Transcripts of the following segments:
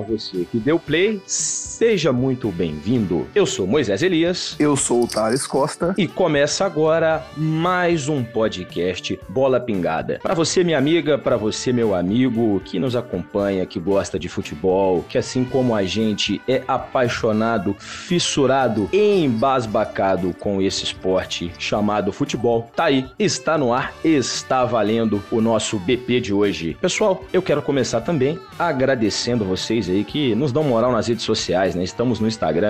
você que deu play, seja muito bem-vindo. Eu sou Moisés Elias. Eu sou o Thales Costa. E começa agora mais um podcast Bola Pingada. Para você, minha amiga, para você, meu amigo, que nos acompanha, que gosta de futebol, que assim como a gente é apaixonado, fissurado e embasbacado com esse esporte chamado futebol, tá aí, está no ar, está valendo o nosso BP de hoje. Pessoal, eu quero começar também agradecendo vocês aí que nos dão moral nas redes sociais, né? Estamos no Instagram,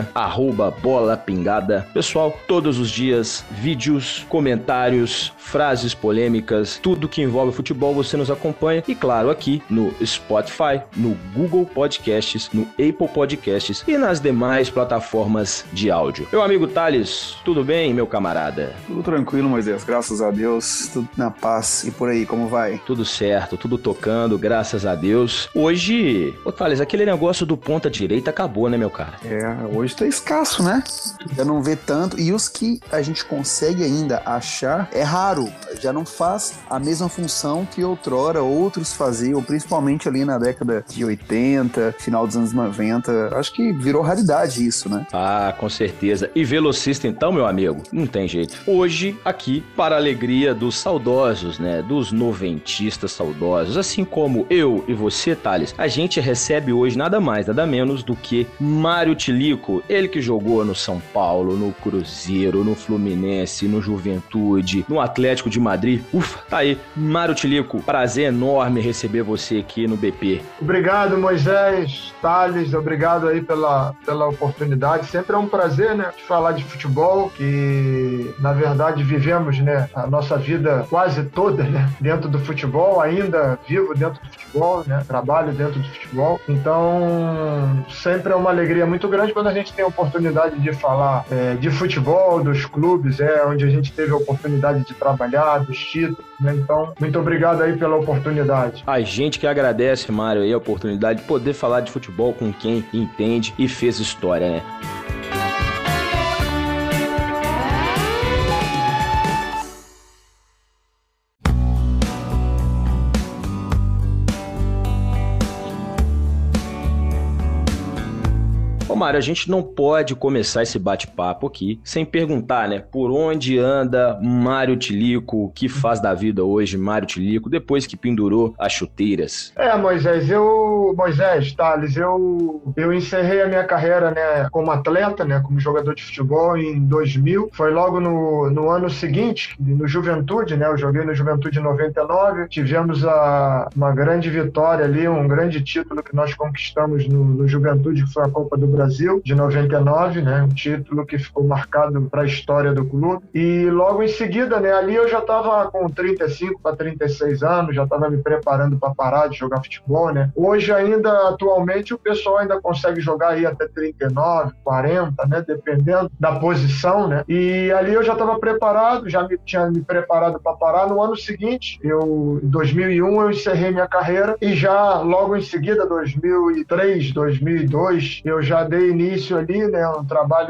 @bolapingada. Pessoal, todos os dias, vídeos, comentários, frases polêmicas, tudo que envolve futebol você nos acompanha. E claro, aqui no Spotify, no Google Podcasts, no Apple Podcasts e nas demais plataformas de áudio. Meu amigo Thales, tudo bem, meu camarada? Tudo tranquilo, Moisés, graças a Deus, tudo na paz. E por aí, como vai? Tudo certo, tudo tocando, graças a Deus. Hoje, Thales, aquele negócio do ponta direita acabou, né, meu cara? Hoje tá escasso, né? Já não vê tanto. E os que a gente consegue ainda achar, é raro. Já não faz a mesma função que outrora outros faziam, principalmente ali na década de 80, final dos anos 90. Acho que virou raridade isso, né? Ah, com certeza. E velocista então, meu amigo? Não tem jeito. Hoje, aqui, para a alegria dos saudosos, né? Dos noventistas saudosos, assim como eu e você, Thales, a gente recebe hoje nada mais, nada menos do que Mário Tilico, ele que jogou no São Paulo, no Cruzeiro, no Fluminense, no Juventude, no Atlético de Madrid. Ufa, tá aí. Mário Tilico, prazer enorme receber você aqui no BP. Obrigado, Moisés, Thales, obrigado aí pela oportunidade. Sempre é um prazer, né, de falar de futebol, que na verdade vivemos, né, a nossa vida quase toda, né, dentro do futebol, ainda vivo dentro do futebol, né, trabalho dentro do futebol. Então, sempre é uma alegria muito grande quando a gente tem a oportunidade de falar de futebol, dos clubes, onde a gente teve a oportunidade de trabalhar, dos títulos, né? Então, muito obrigado aí pela oportunidade. A gente que agradece, Mário, aí a oportunidade de poder falar de futebol com quem entende e fez história, né? Mário, a gente não pode começar esse bate-papo aqui sem perguntar, né? Por onde anda Mário Tilico, o que faz da vida hoje Mário Tilico, depois que pendurou as chuteiras? Moisés, Thales, eu encerrei a minha carreira, né, como atleta, né, como jogador de futebol em 2000. Foi logo no ano seguinte, no Juventude, né? Eu joguei no Juventude em 99. Tivemos uma grande vitória ali, um grande título que nós conquistamos no Juventude, que foi a Copa do Brasil de 99, né? Um título que ficou marcado para a história do clube. E logo em seguida, né, ali eu já estava com 35 para 36 anos, já estava me preparando para parar de jogar futebol, né? Hoje ainda, atualmente, o pessoal ainda consegue jogar aí até 39, 40, né? Dependendo da posição, né? E ali eu já estava preparado, tinha me preparado para parar. No ano seguinte, em 2001, eu encerrei minha carreira e já logo em seguida, 2003, 2002, eu já dei início ali, né, um trabalho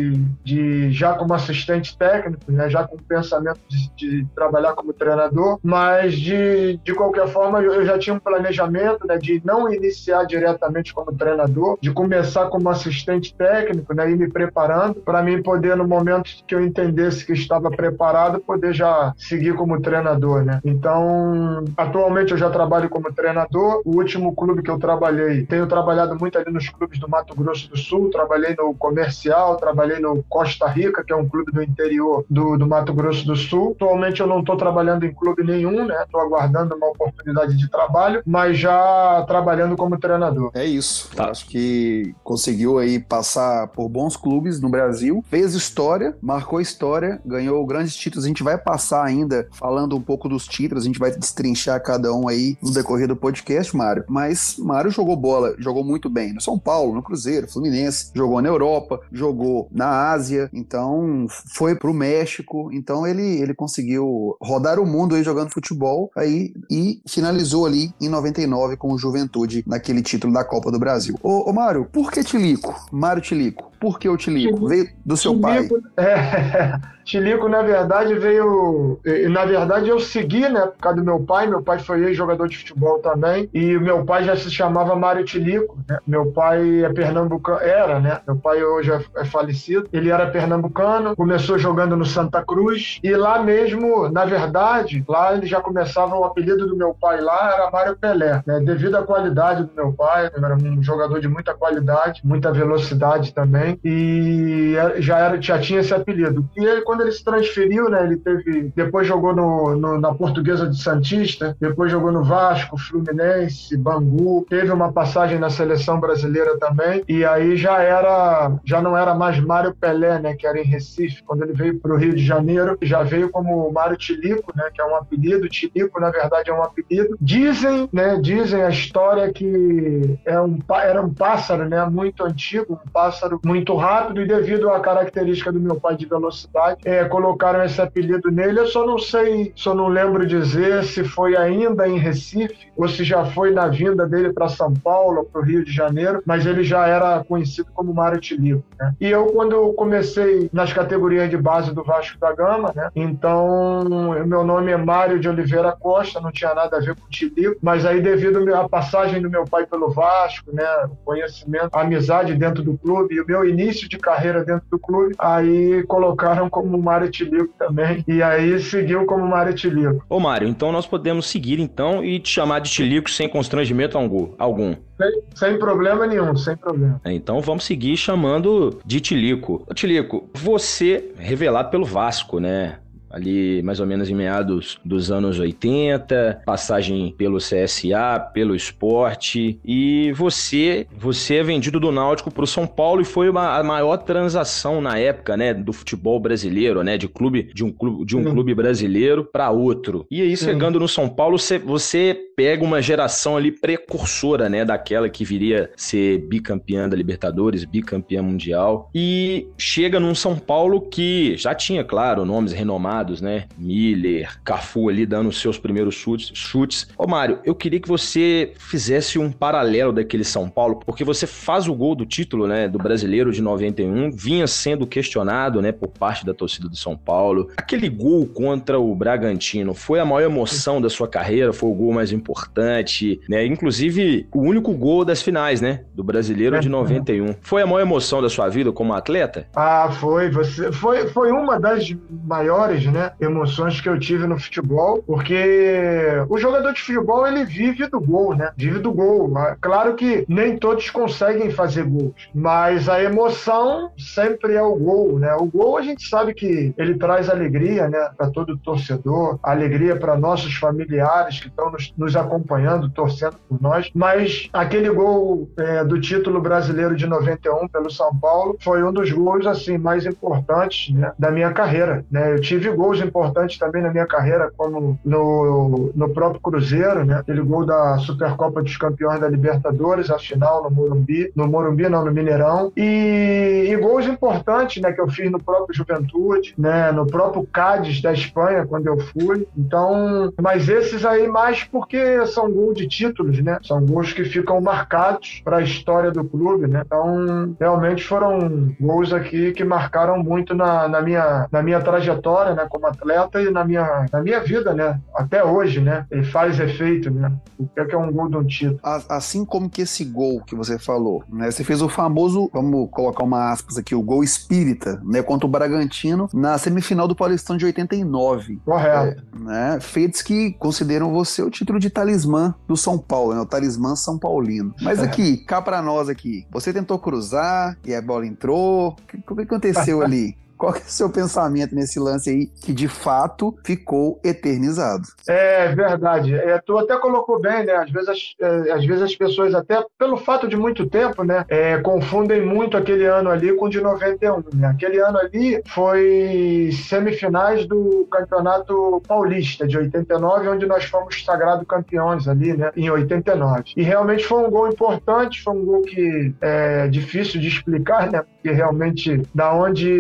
já como assistente técnico, né, já com o pensamento de trabalhar como treinador, mas de qualquer forma eu já tinha um planejamento, né, de não iniciar diretamente como treinador, de começar como assistente técnico, né, e me preparando para mim poder, no momento que eu entendesse que estava preparado, poder já seguir como treinador, né. Então, atualmente eu já trabalho como treinador. O último clube que eu trabalhei, tenho trabalhado muito ali nos clubes do Mato Grosso do Sul, trabalhei no Comercial, trabalhei no Costa Rica, que é um clube do interior do Mato Grosso do Sul. Atualmente eu não estou trabalhando em clube nenhum, né? Estou aguardando uma oportunidade de trabalho, mas já trabalhando como treinador. É isso. Tá. Acho que conseguiu aí passar por bons clubes no Brasil, fez história, marcou história, ganhou grandes títulos. A gente vai passar ainda falando um pouco dos títulos, a gente vai destrinchar cada um aí no decorrer do podcast, Mário. Mas Mário jogou bola, jogou muito bem no São Paulo, no Cruzeiro, Fluminense, jogou na Europa, jogou na Ásia, então foi pro México, então ele conseguiu rodar o mundo aí jogando futebol aí e finalizou ali em 99 com o Juventude naquele título da Copa do Brasil. Ô Mário, por que Tilico? Mário Tilico, Por que o Tilico? Veio do seu pai? Tilico, na verdade, veio... Na verdade, eu segui, né, por causa do meu pai. Meu pai foi ex-jogador de futebol também. E o meu pai já se chamava Mário Tilico, né? Meu pai é pernambucano, era, né? Meu pai hoje é falecido. Ele era pernambucano, começou jogando no Santa Cruz. E lá mesmo, na verdade, lá ele já começava, o apelido do meu pai lá era Mário Pelé, né? Devido à qualidade do meu pai, ele era um jogador de muita qualidade, muita velocidade também. E já tinha esse apelido. E ele, quando ele se transferiu, né, depois jogou na Portuguesa de Santista, depois jogou no Vasco, Fluminense, Bangu, teve uma passagem na seleção brasileira também, e aí já não era mais Mário Pelé, né, que era em Recife. Quando ele veio para o Rio de Janeiro, já veio como Mário Tilico, né, que é um apelido. Tilico, na verdade, é um apelido. Dizem a história que era um pássaro, né, muito antigo, um pássaro muito rápido, e devido à característica do meu pai de velocidade, colocaram esse apelido nele. Eu só não lembro dizer se foi ainda em Recife ou se já foi na vinda dele para São Paulo, para o Rio de Janeiro, mas ele já era conhecido como Mário Tilico, né? E eu, quando eu comecei nas categorias de base do Vasco da Gama, né, então meu nome é Mário de Oliveira Costa, não tinha nada a ver com Tilico, mas aí devido à passagem do meu pai pelo Vasco, né, o conhecimento, a amizade dentro do clube e o meu início de carreira dentro do clube, aí colocaram como Mário Tilico também, e aí seguiu como Mário Tilico. Ô Mário, então nós podemos seguir então e te chamar de Tilico sem constrangimento algum. Sem problema nenhum, sem problema. Então vamos seguir chamando de Tilico. Tilico, você revelado pelo Vasco, né? Ali mais ou menos em meados dos anos 80, passagem pelo CSA, pelo Sport, e você é vendido do Náutico para o São Paulo, e foi a maior transação na época, né, do futebol brasileiro, né, de um clube brasileiro para outro. E aí, chegando no São Paulo, você pega uma geração ali precursora, né, daquela que viria ser bicampeã da Libertadores, bicampeã mundial, e chega num São Paulo que já tinha, claro, nomes renomados, né? Miller, Cafu ali dando os seus primeiros chutes. Ô Mário, eu queria que você fizesse um paralelo daquele São Paulo, porque você faz o gol do título, né, do Brasileiro de 91, vinha sendo questionado, né, por parte da torcida do São Paulo. Aquele gol contra o Bragantino foi a maior emoção da sua carreira, foi o gol mais importante, né? Inclusive o único gol das finais, né, do Brasileiro de 91. Foi a maior emoção da sua vida como atleta? Foi uma das maiores, né, emoções que eu tive no futebol, porque o jogador de futebol, ele vive do gol, né? Vive do gol. Claro que nem todos conseguem fazer gols, mas a emoção sempre é o gol, né? O gol, a gente sabe que ele traz alegria, né, para todo torcedor, alegria para nossos familiares que estão nos acompanhando, torcendo por nós, mas aquele gol do título brasileiro de 91 pelo São Paulo foi um dos gols, assim, mais importantes, né, da minha carreira, né? Eu tive gols importantes também na minha carreira, como no próprio Cruzeiro, né? Aquele gol da Supercopa dos Campeões da Libertadores, a final no Morumbi, no Mineirão, e gols importantes, né, que eu fiz no próprio Juventude, né, no próprio Cádiz da Espanha, quando eu fui. Então, mas esses aí mais porque são gols de títulos, né? São gols que ficam marcados para a história do clube, né? Então, realmente foram gols aqui que marcaram muito na minha trajetória, né, como atleta, e na minha vida, né, até hoje, né, ele faz efeito, né, o que é um gol de um título. Assim como que esse gol que você falou, né, você fez o famoso, vamos colocar uma aspas aqui, o gol espírita, né, contra o Bragantino, na semifinal do Paulistão de 89. Correto. Né, feitos que consideram você o título de talismã do São Paulo, né, o talismã São Paulino. Mas aqui, cá pra nós aqui, você tentou cruzar e a bola entrou, o que aconteceu ali? Qual que é o seu pensamento nesse lance aí que de fato ficou eternizado? É verdade. Tu até colocou bem, né? Às vezes as pessoas, até pelo fato de muito tempo, né, confundem muito aquele ano ali com o de 91. Né? Aquele ano ali foi semifinais do Campeonato Paulista de 89, onde nós fomos sagrados campeões ali, né, em 89. E realmente foi um gol importante, foi um gol que é difícil de explicar, né? Porque realmente da onde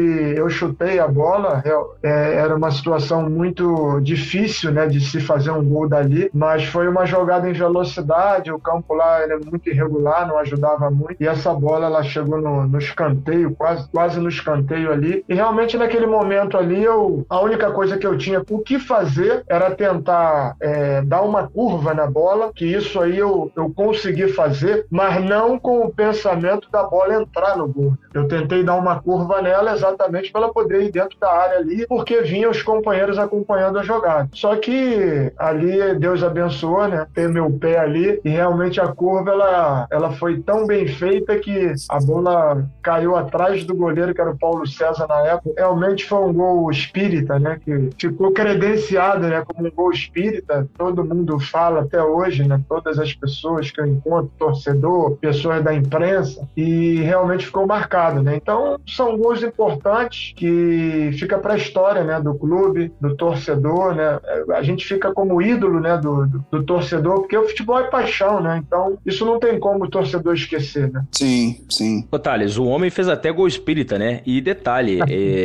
eu chutei a bola, era uma situação muito difícil, né, de se fazer um gol dali, mas foi uma jogada em velocidade, o campo lá era muito irregular, não ajudava muito, e essa bola ela chegou no escanteio, quase no escanteio ali, e realmente naquele momento ali, a única coisa que eu tinha o que fazer era tentar dar uma curva na bola, que isso aí eu consegui fazer, mas não com o pensamento da bola entrar no gol. Eu tentei dar uma curva nela exatamente para ela poder ir dentro da área ali, porque vinham os companheiros acompanhando a jogada. Só que ali Deus abençoou, né? Tem meu pé ali e realmente a curva ela foi tão bem feita que a bola caiu atrás do goleiro, que era o Paulo César na época. Realmente foi um gol espírita, né? Que ficou credenciado, né, como um gol espírita. Todo mundo fala até hoje, né? Todas as pessoas que eu encontro, torcedor, pessoas da imprensa, e realmente ficou marcado, né? Então, são gols importantes que fica para a história, né, do clube, do torcedor, né? A gente fica como ídolo, né, do torcedor, porque o futebol é paixão, né? Então, isso não tem como o torcedor esquecer, né? Sim, sim. Ô, Thales, o homem fez até gol espírita, né? E detalhe,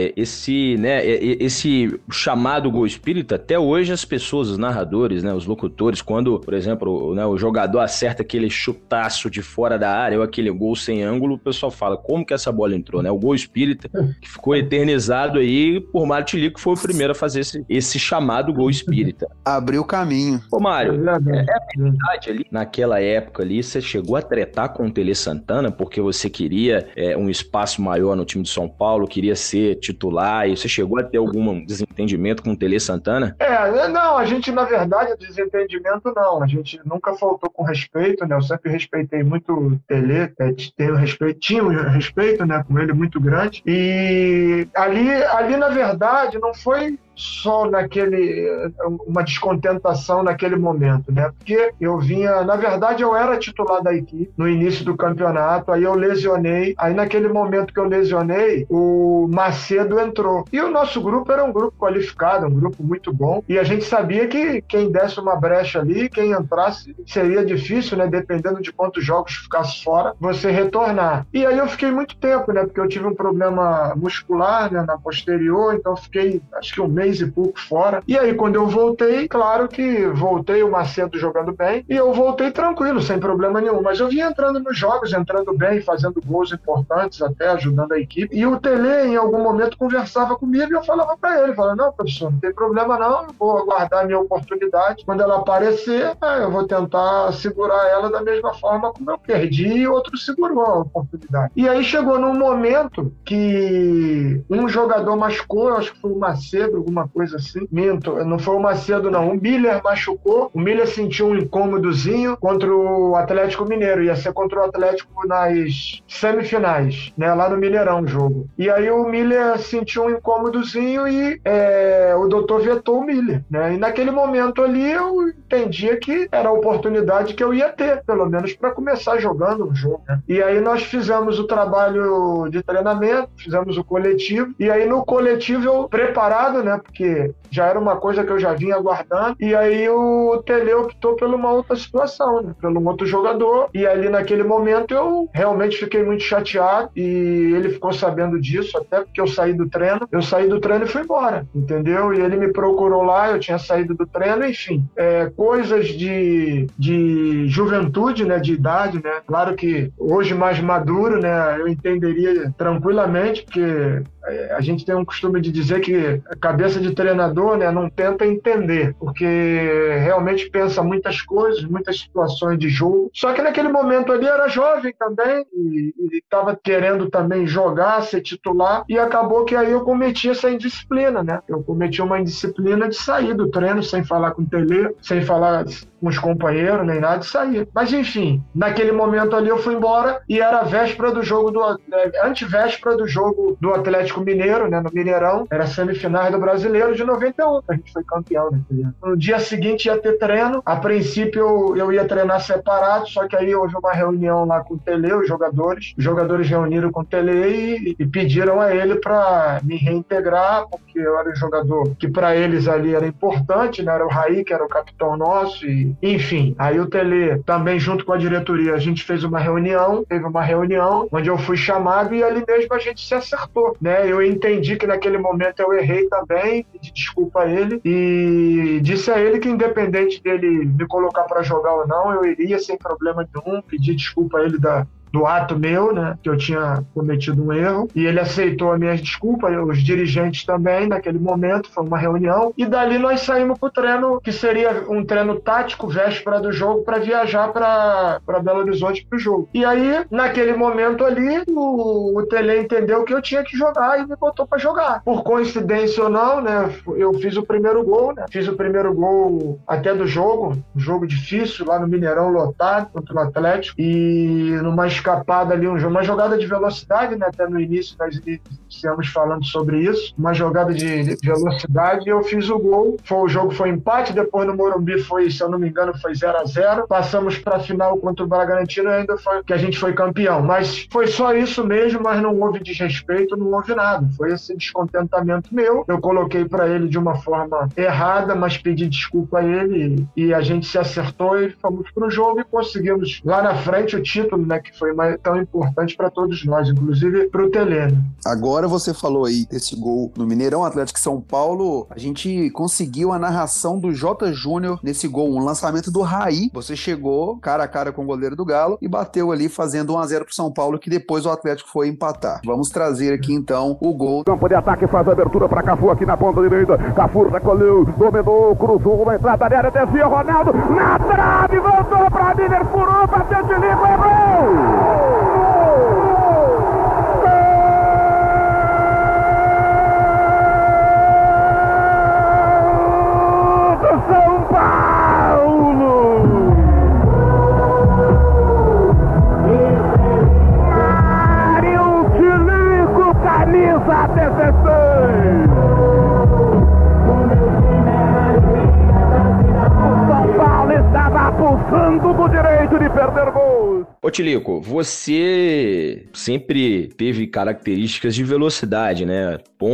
esse chamado gol espírita, até hoje as pessoas, os narradores, né, os locutores, quando, por exemplo, né, o jogador acerta aquele chutaço de fora da área ou aquele gol sem ângulo, o pessoal fala, como que essa bola entrou, né? O gol espírita, que ficou eternizado aí por Mário Tilico, que foi o primeiro a fazer esse chamado gol espírita. Abriu o caminho. Ô, Mário, verdade ali, naquela época ali, você chegou a tretar com o Tele Santana porque você queria um espaço maior no time de São Paulo, queria ser titular, e você chegou a ter algum desentendimento com o Tele Santana? Não, a gente, na verdade, desentendimento não, a gente nunca faltou com respeito, né? Eu sempre respeitei muito o Tele, tinha um respeito, né, com ele muito grande, e ali na verdade não foi só uma descontentação naquele momento, né? Porque na verdade eu era titular da equipe no início do campeonato, aí eu lesionei, aí naquele momento que eu lesionei, o Macedo entrou. E o nosso grupo era um grupo qualificado, um grupo muito bom, e a gente sabia que quem desse uma brecha ali, quem entrasse, seria difícil, né? Dependendo de quantos jogos ficasse fora, você retornar. E aí eu fiquei muito tempo, né? Porque eu tive um problema muscular, né, na posterior, então fiquei, acho que um mês e pouco fora. E aí, quando eu voltei, claro que voltei o Macedo jogando bem, e eu voltei tranquilo, sem problema nenhum. Mas eu vinha entrando nos jogos, entrando bem, fazendo gols importantes, até ajudando a equipe. E o Tele, em algum momento, conversava comigo e eu falava pra ele, não, professor, não tem problema não, eu vou aguardar a minha oportunidade. Quando ela aparecer, eu vou tentar segurar ela da mesma forma como eu perdi e outro segurou a oportunidade. E aí chegou num momento que um jogador machucou, acho que foi o Macedo, alguma coisa assim. Minto, não foi o Macedo não, o Miller machucou, o Miller sentiu um incômodozinho contra o Atlético Mineiro, ia ser contra o Atlético nas semifinais, né, lá no Mineirão o jogo. E aí o Miller sentiu um incômodozinho e o doutor vetou o Miller, né, e naquele momento ali eu entendia que era a oportunidade que eu ia ter, pelo menos para começar jogando um jogo, né? E aí nós fizemos o trabalho de treinamento, fizemos o coletivo, e aí no coletivo eu preparado, né, porque já era uma coisa que eu já vinha aguardando, e aí o Tele optou por uma outra situação, né, pelo outro jogador, e ali naquele momento eu realmente fiquei muito chateado, e ele ficou sabendo disso, até porque eu saí do treino e fui embora, entendeu? E ele me procurou lá, eu tinha saído do treino, enfim, coisas de juventude, né, de idade, né, claro que hoje mais maduro, né, eu entenderia tranquilamente, porque a gente tem um costume de dizer que a cabeça de treinador, né, não tenta entender, porque realmente pensa muitas coisas, muitas situações de jogo. Só que naquele momento ali era jovem também e estava querendo também jogar, ser titular, e acabou que aí eu cometi essa indisciplina, né? Eu cometi uma indisciplina de sair do treino sem falar com o Tele, sem falar com os companheiros, nem nada, de sair. Mas enfim, naquele momento ali eu fui embora e era a véspera do jogo antevéspera do jogo do Atlético Mineiro, né, no Mineirão, era semifinais do Brasileiro de 91, a gente foi campeão, né? No dia seguinte ia ter treino, a princípio eu ia treinar separado, só que aí houve uma reunião lá com o Tele, os jogadores reuniram com o Tele e pediram a ele para me reintegrar, porque eu era um jogador que para eles ali era importante, né? Era o Raí, que era o capitão nosso, e enfim, aí o Tele também junto com a diretoria, a gente teve uma reunião onde eu fui chamado e ali mesmo a gente se acertou, né? Eu entendi que naquele momento eu errei também, pedi desculpa a ele e disse a ele que independente dele me colocar para jogar ou não, eu iria sem problema nenhum, pedi desculpa a ele do ato meu, né, que eu tinha cometido um erro, e ele aceitou as minhas desculpas, os dirigentes também, naquele momento, foi uma reunião, e dali nós saímos pro treino, que seria um treino tático, véspera do jogo, para viajar para Belo Horizonte pro jogo. E aí, naquele momento ali, o Tele entendeu que eu tinha que jogar e me botou para jogar. Por coincidência ou não, né, eu fiz o primeiro gol, né, fiz o primeiro gol até do jogo, um jogo difícil, lá no Mineirão, lotado, contra o Atlético, e numa escapada ali, uma jogada de velocidade, né? Até no início nós iniciamos falando sobre isso, uma jogada de velocidade e eu fiz o gol. O jogo foi empate, depois no Morumbi foi, se eu não me engano, foi 0-0. Passamos para a final contra o Bragantino e ainda foi que a gente foi campeão. Mas foi só isso mesmo, mas não houve desrespeito, não houve nada. Foi esse descontentamento meu. Eu coloquei para ele de uma forma errada, mas pedi desculpa a ele e a gente se acertou e fomos para o jogo e conseguimos lá na frente o título, né? Que foi tão importante para todos nós, inclusive para o Tele. Né? Agora você falou aí desse gol no Mineirão Atlético São Paulo, a gente conseguiu a narração do Jota Júnior nesse gol, um lançamento do Raí, você chegou cara a cara com o goleiro do Galo e bateu ali fazendo 1-0 pro São Paulo, que depois o Atlético foi empatar. Vamos trazer aqui então o gol. Campo de ataque, faz a abertura para Cafu aqui na ponta direita, Cafu recolheu, dominou, cruzou uma entrada da área, desvia Ronaldo, na trave, voltou para Miller, furou, bateu de livro, errou! São Paulo! Mário Tilico, camisa 16! O São Paulo estava pulsando do direito de perder gols. Ô Tilico, você sempre teve características de velocidade, né?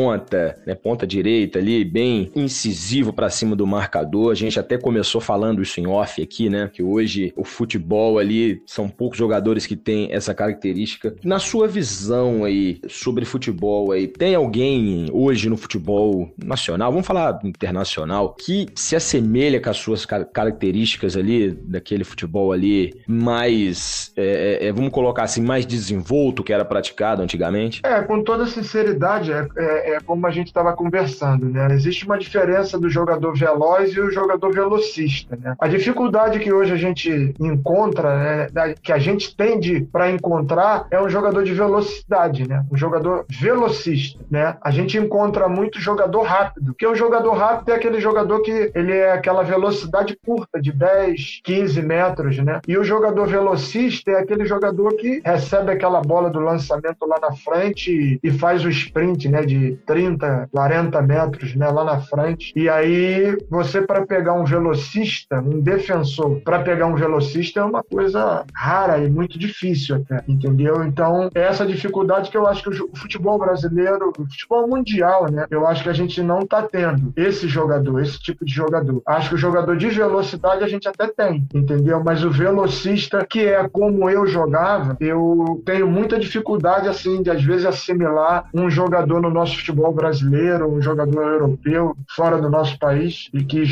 Ponta direita ali, bem incisivo pra cima do marcador. A gente até começou falando isso em off aqui, né? Que hoje o futebol ali, são poucos jogadores que têm essa característica. Na sua visão aí, sobre futebol aí, tem alguém hoje no futebol nacional, vamos falar internacional, que se assemelha com as suas características ali, daquele futebol ali, mais... vamos colocar assim, mais desenvolto que era praticado antigamente? Com toda sinceridade, como a gente estava conversando, né? Existe uma diferença do jogador veloz e o jogador velocista, né? A dificuldade que hoje a gente encontra, né, que a gente tende para encontrar, é um jogador de velocidade, né? Um jogador velocista, né? A gente encontra muito jogador rápido, porque o jogador rápido é aquele jogador que ele é aquela velocidade curta, de 10, 15 metros, né? E o jogador velocista é aquele jogador que recebe aquela bola do lançamento lá na frente e faz o sprint, né, de 30, 40 metros, né, lá na frente. E aí você, para pegar um velocista, um defensor, para pegar um velocista é uma coisa rara e muito difícil até, entendeu? Então, é essa dificuldade que eu acho que o futebol brasileiro, o futebol mundial, né, eu acho que a gente não está tendo esse jogador, esse tipo de jogador. Acho que o jogador de velocidade a gente até tem, entendeu? Mas o velocista, que é como eu jogava, eu tenho muita dificuldade, assim, de às vezes assimilar um jogador no nosso futebol brasileiro, um jogador europeu, fora do nosso país, e que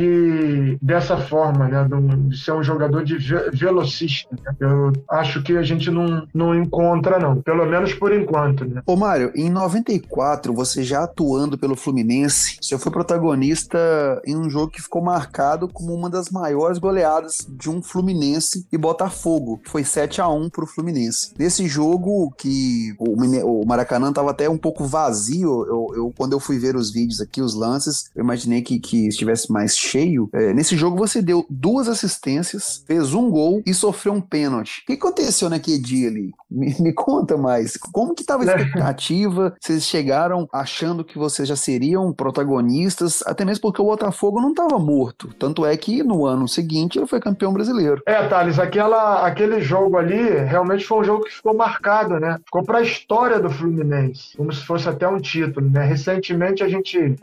jogue dessa forma, né, de ser um jogador de velocista. Né? Eu acho que a gente não encontra, não, pelo menos por enquanto. Né? Ô Mário, em 94, você já atuando pelo Fluminense, você foi protagonista em um jogo que ficou marcado como uma das maiores goleadas de um Fluminense e Botafogo. Foi 7-1 pro Fluminense. Nesse jogo que o Maracanã tava até um pouco vazio, quando eu fui ver os vídeos aqui, os lances, eu imaginei que estivesse mais cheio. Nesse jogo você deu 2 assistências, fez um gol e sofreu um pênalti. O que aconteceu naquele dia ali? Me conta mais. Como que tava a expectativa? Vocês chegaram achando que vocês já seriam protagonistas, até mesmo porque o Botafogo não tava morto. Tanto é que no ano seguinte ele foi campeão brasileiro. Thales, aquele jogo jogo ali realmente foi um jogo que ficou marcado, né? Ficou para a história do Fluminense, como se fosse até um título, né? Recentemente a gente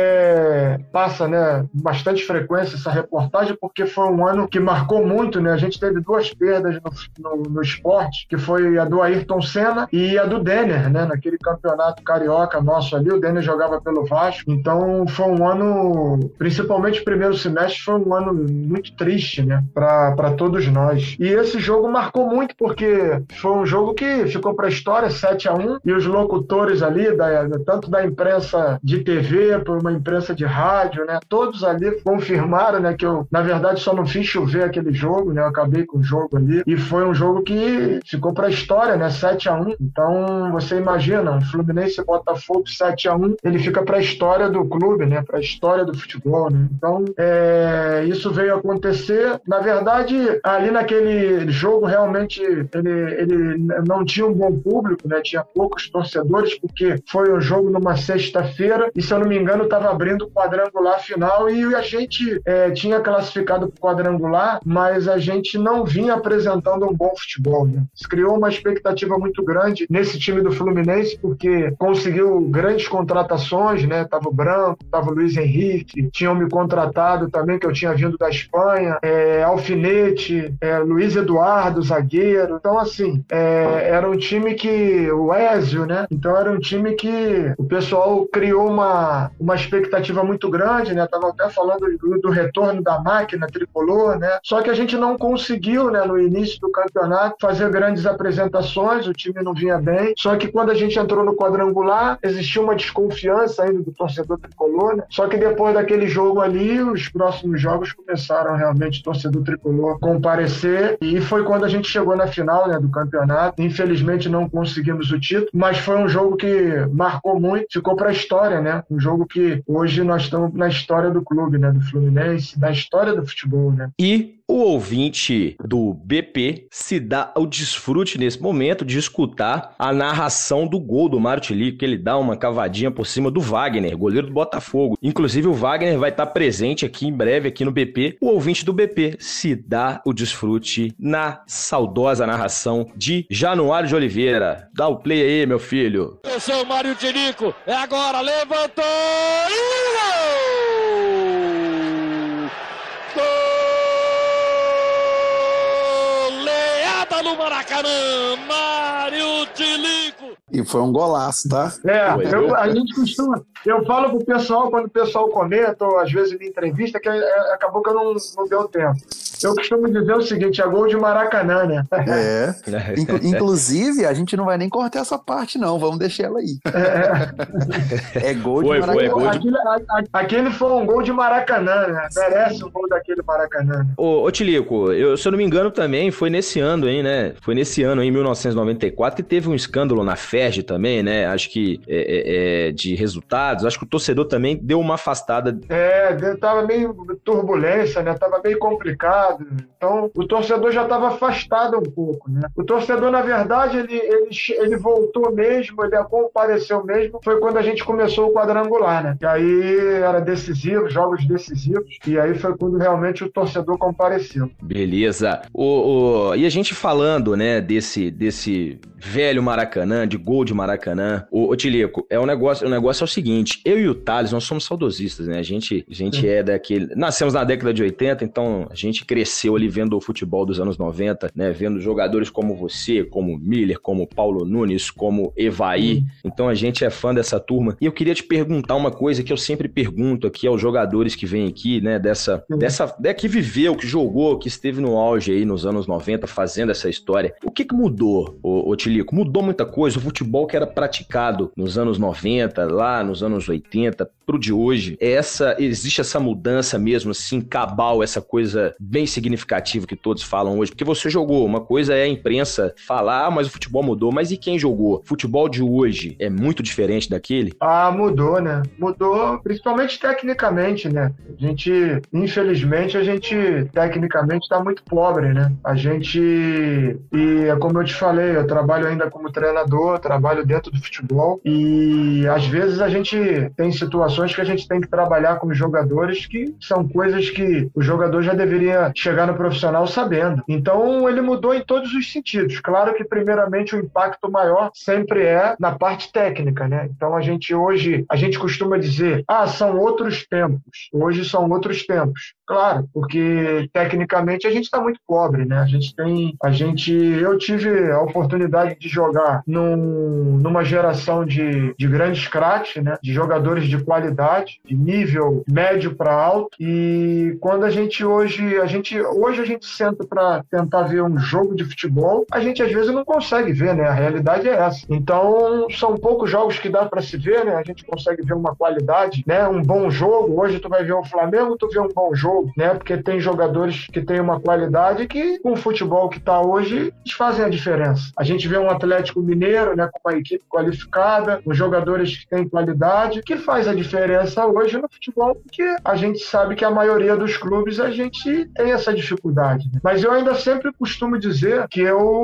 até passa, né, bastante frequência essa reportagem, porque foi um ano que marcou muito, né? A gente teve 2 perdas no esporte, que foi a do Ayrton Senna e a do Denner, né? Naquele campeonato carioca nosso ali, o Denner jogava pelo Vasco. Então foi um ano, principalmente o primeiro semestre, foi um ano muito triste, né? Para todos nós. E esse jogo marcou muito, porque foi um jogo que ficou para a história, 7-1, e os locutores ali, tanto da imprensa de TV, por uma imprensa de rádio, né? Todos ali confirmaram, né? Que eu, na verdade, só não fiz chover aquele jogo, né? Eu acabei com o jogo ali, e foi um jogo que ficou para a história, né? 7-1. Então, você imagina, um Fluminense e Botafogo 7-1, ele fica para a história do clube, né? Para a história do futebol, né? Então, isso veio acontecer. Na verdade, ali naquele jogo, realmente, ele não tinha um bom público, né? Tinha poucos torcedores, porque foi um jogo numa sexta-feira, e se eu não me engano, estava abrindo o quadrangular final, e a gente tinha classificado para o quadrangular, mas a gente não vinha apresentando um bom futebol, né? Se criou uma expectativa muito grande nesse time do Fluminense, porque conseguiu grandes contratações, né? Tava o Branco, tava o Luiz Henrique, tinham me contratado também, que eu tinha vindo da Espanha, Alfinete, Luiz Eduardo, zagueiro. Então, assim, era um time que... O Ézio, né? Então, era um time que o pessoal criou uma expectativa muito grande, né? Tava até falando do retorno da máquina tricolor, né? Só que a gente não conseguiu, né, no início do campeonato, fazer grandes apresentações, o time não vinha bem. Só que quando a gente entrou no quadrangular, existia uma desconfiança ainda do torcedor tricolor, né? Só que depois daquele jogo ali, os próximos jogos começaram realmente o torcedor tricolor comparecer, e foi quando a gente chegou na final, né, do campeonato. Infelizmente não conseguimos o título, mas foi um jogo que marcou muito, ficou para a história, né? Um jogo que hoje nós estamos na história do clube, né, do Fluminense, na história do futebol, né? E o ouvinte do BP se dá ao desfrute nesse momento de escutar a narração do gol do Mário Tilico, que ele dá uma cavadinha por cima do Wagner, goleiro do Botafogo. Inclusive o Wagner vai estar presente aqui em breve aqui no BP. O ouvinte do BP se dá o desfrute na saudosa narração de Januário de Oliveira. Dá o play aí, meu filho. Eu sou o Mário Tilico, é agora, levantou e gol! No Maracanã, Mário Tilico. E foi um golaço, tá? A gente costuma... Eu falo pro pessoal, quando o pessoal comenta, ou às vezes me entrevista, que acabou que eu não deu tempo. Eu costumo dizer o seguinte, é gol de Maracanã, né? Inclusive, a gente não vai nem cortar essa parte, não. Vamos deixar ela aí. É gol de Maracanã. Aquele foi um gol de Maracanã, né? Merece um gol daquele Maracanã. Ô Tilico, se eu não me engano também, foi nesse ano aí, né? Foi nesse ano, em 1994, que teve um escândalo na FERJ também, né? Acho que de resultados. Acho que o torcedor também deu uma afastada. Tava meio turbulência, né? Tava meio complicado. Então, o torcedor já estava afastado um pouco, né? O torcedor, na verdade, ele voltou mesmo, ele compareceu mesmo, foi quando a gente começou o quadrangular, né? E aí era decisivo, jogos decisivos, e aí foi quando realmente o torcedor compareceu. Beleza. E a gente falando, né, desse velho Maracanã, de gol de Maracanã, ô Tilico, o negócio é o seguinte, eu e o Thales, nós somos saudosistas, né? A gente é daquele... Nascemos na década de 80, então a gente cresceu ali vendo o futebol dos anos 90, né? Vendo jogadores como você, como Miller, como Paulo Nunes, como Evaí. Então a gente é fã dessa turma. E eu queria te perguntar uma coisa que eu sempre pergunto aqui aos jogadores que vêm aqui, né? Que viveu, que jogou, que esteve no auge aí nos anos 90 fazendo essa história. O que mudou, ô Tilico? Mudou muita coisa? O futebol que era praticado nos anos 90, lá nos anos 80, pro de hoje, existe essa mudança mesmo, assim, cabal, essa coisa bem significativa que todos falam hoje? Porque você jogou, uma coisa é a imprensa falar, mas o futebol mudou, mas e quem jogou? O futebol de hoje é muito diferente daquele? Mudou, né? Mudou, principalmente tecnicamente, né? Infelizmente, tecnicamente tá muito pobre, né? E como eu te falei, eu trabalho ainda como treinador, trabalho dentro do futebol, e às vezes a gente tem situações que a gente tem que trabalhar com os jogadores que são coisas que o jogador já deveria chegar no profissional sabendo. Então, ele mudou em todos os sentidos. Claro que, primeiramente, o impacto maior sempre é na parte técnica, né? Então, a gente costuma dizer, são outros tempos. Hoje são outros tempos. Claro, porque tecnicamente a gente está muito pobre, né? Eu tive a oportunidade de jogar numa geração de grandes craques, né? De jogadores de qualidade, de nível médio para alto. E quando hoje a gente senta para tentar ver um jogo de futebol, a gente às vezes não consegue ver, né? A realidade é essa. Então, são poucos jogos que dá para se ver, né? A gente consegue ver uma qualidade, né? Um bom jogo. Hoje tu vai ver o Flamengo, tu vê um bom jogo, né? Porque tem jogadores que têm uma qualidade que, com o futebol que está hoje, eles fazem a diferença. A gente vê um Atlético Mineiro, né? Com uma equipe qualificada, com jogadores que têm qualidade, que faz a diferença hoje no futebol, porque a gente sabe que a maioria dos clubes a gente tem essa dificuldade, né? Mas eu ainda sempre costumo dizer que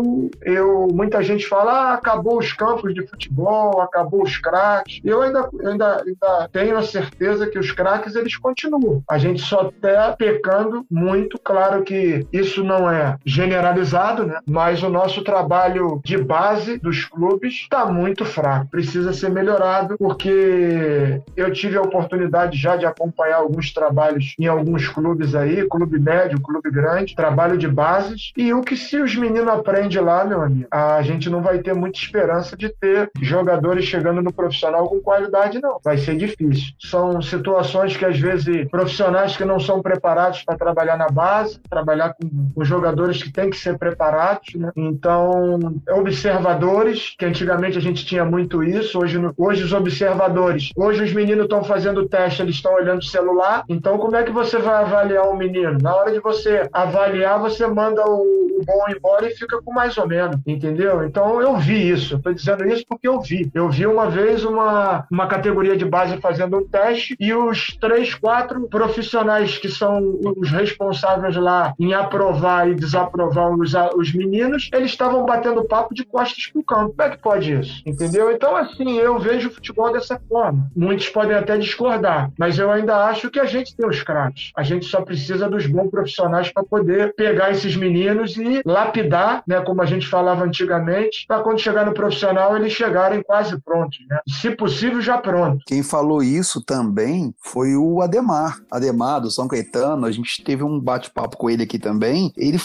muita gente fala, acabou os campos de futebol, acabou os craques. Eu ainda tenho a certeza que os craques, eles continuam. A gente só está pecando muito. Claro que isso não é generalizado, né? Mas o nosso trabalho de base dos clubes está muito fraco. Precisa ser melhorado, porque eu tive a oportunidade já de acompanhar alguns trabalhos em alguns clubes aí, clube médio, clube grande, trabalho de bases, e se os meninos aprendem lá, meu amigo, a gente não vai ter muita esperança de ter jogadores chegando no profissional com qualidade, não. Vai ser difícil. São situações que, às vezes, profissionais que não são preparados para trabalhar na base, trabalhar com jogadores que têm que ser preparados, né? Então, observadores, que antigamente a gente tinha muito isso, hoje os observadores, hoje os meninos estão fazendo teste, eles estão olhando o celular, então como é que você vai avaliar o menino? Na hora de você avaliar, você manda o bom embora e fica com mais ou menos, entendeu? Então, eu vi isso, estou dizendo isso porque eu vi uma vez uma categoria de base fazendo um teste, e os 3, 4 profissionais que são os responsáveis lá em aprovar e desaprovar os meninos, eles estavam batendo papo de costas pro campo. Como é que pode isso? Entendeu? Então, assim, eu vejo o futebol dessa forma. Muitos podem até discordar, mas eu ainda acho que a gente tem os craques. A gente só precisa dos bons profissionais para poder pegar esses meninos e lapidar, né, como a gente falava antigamente, para quando chegar no profissional eles chegarem quase prontos, né? Se possível, já pronto. Quem falou isso também foi o Ademar do São Caetano. A gente teve um bate-papo com ele aqui também. Ele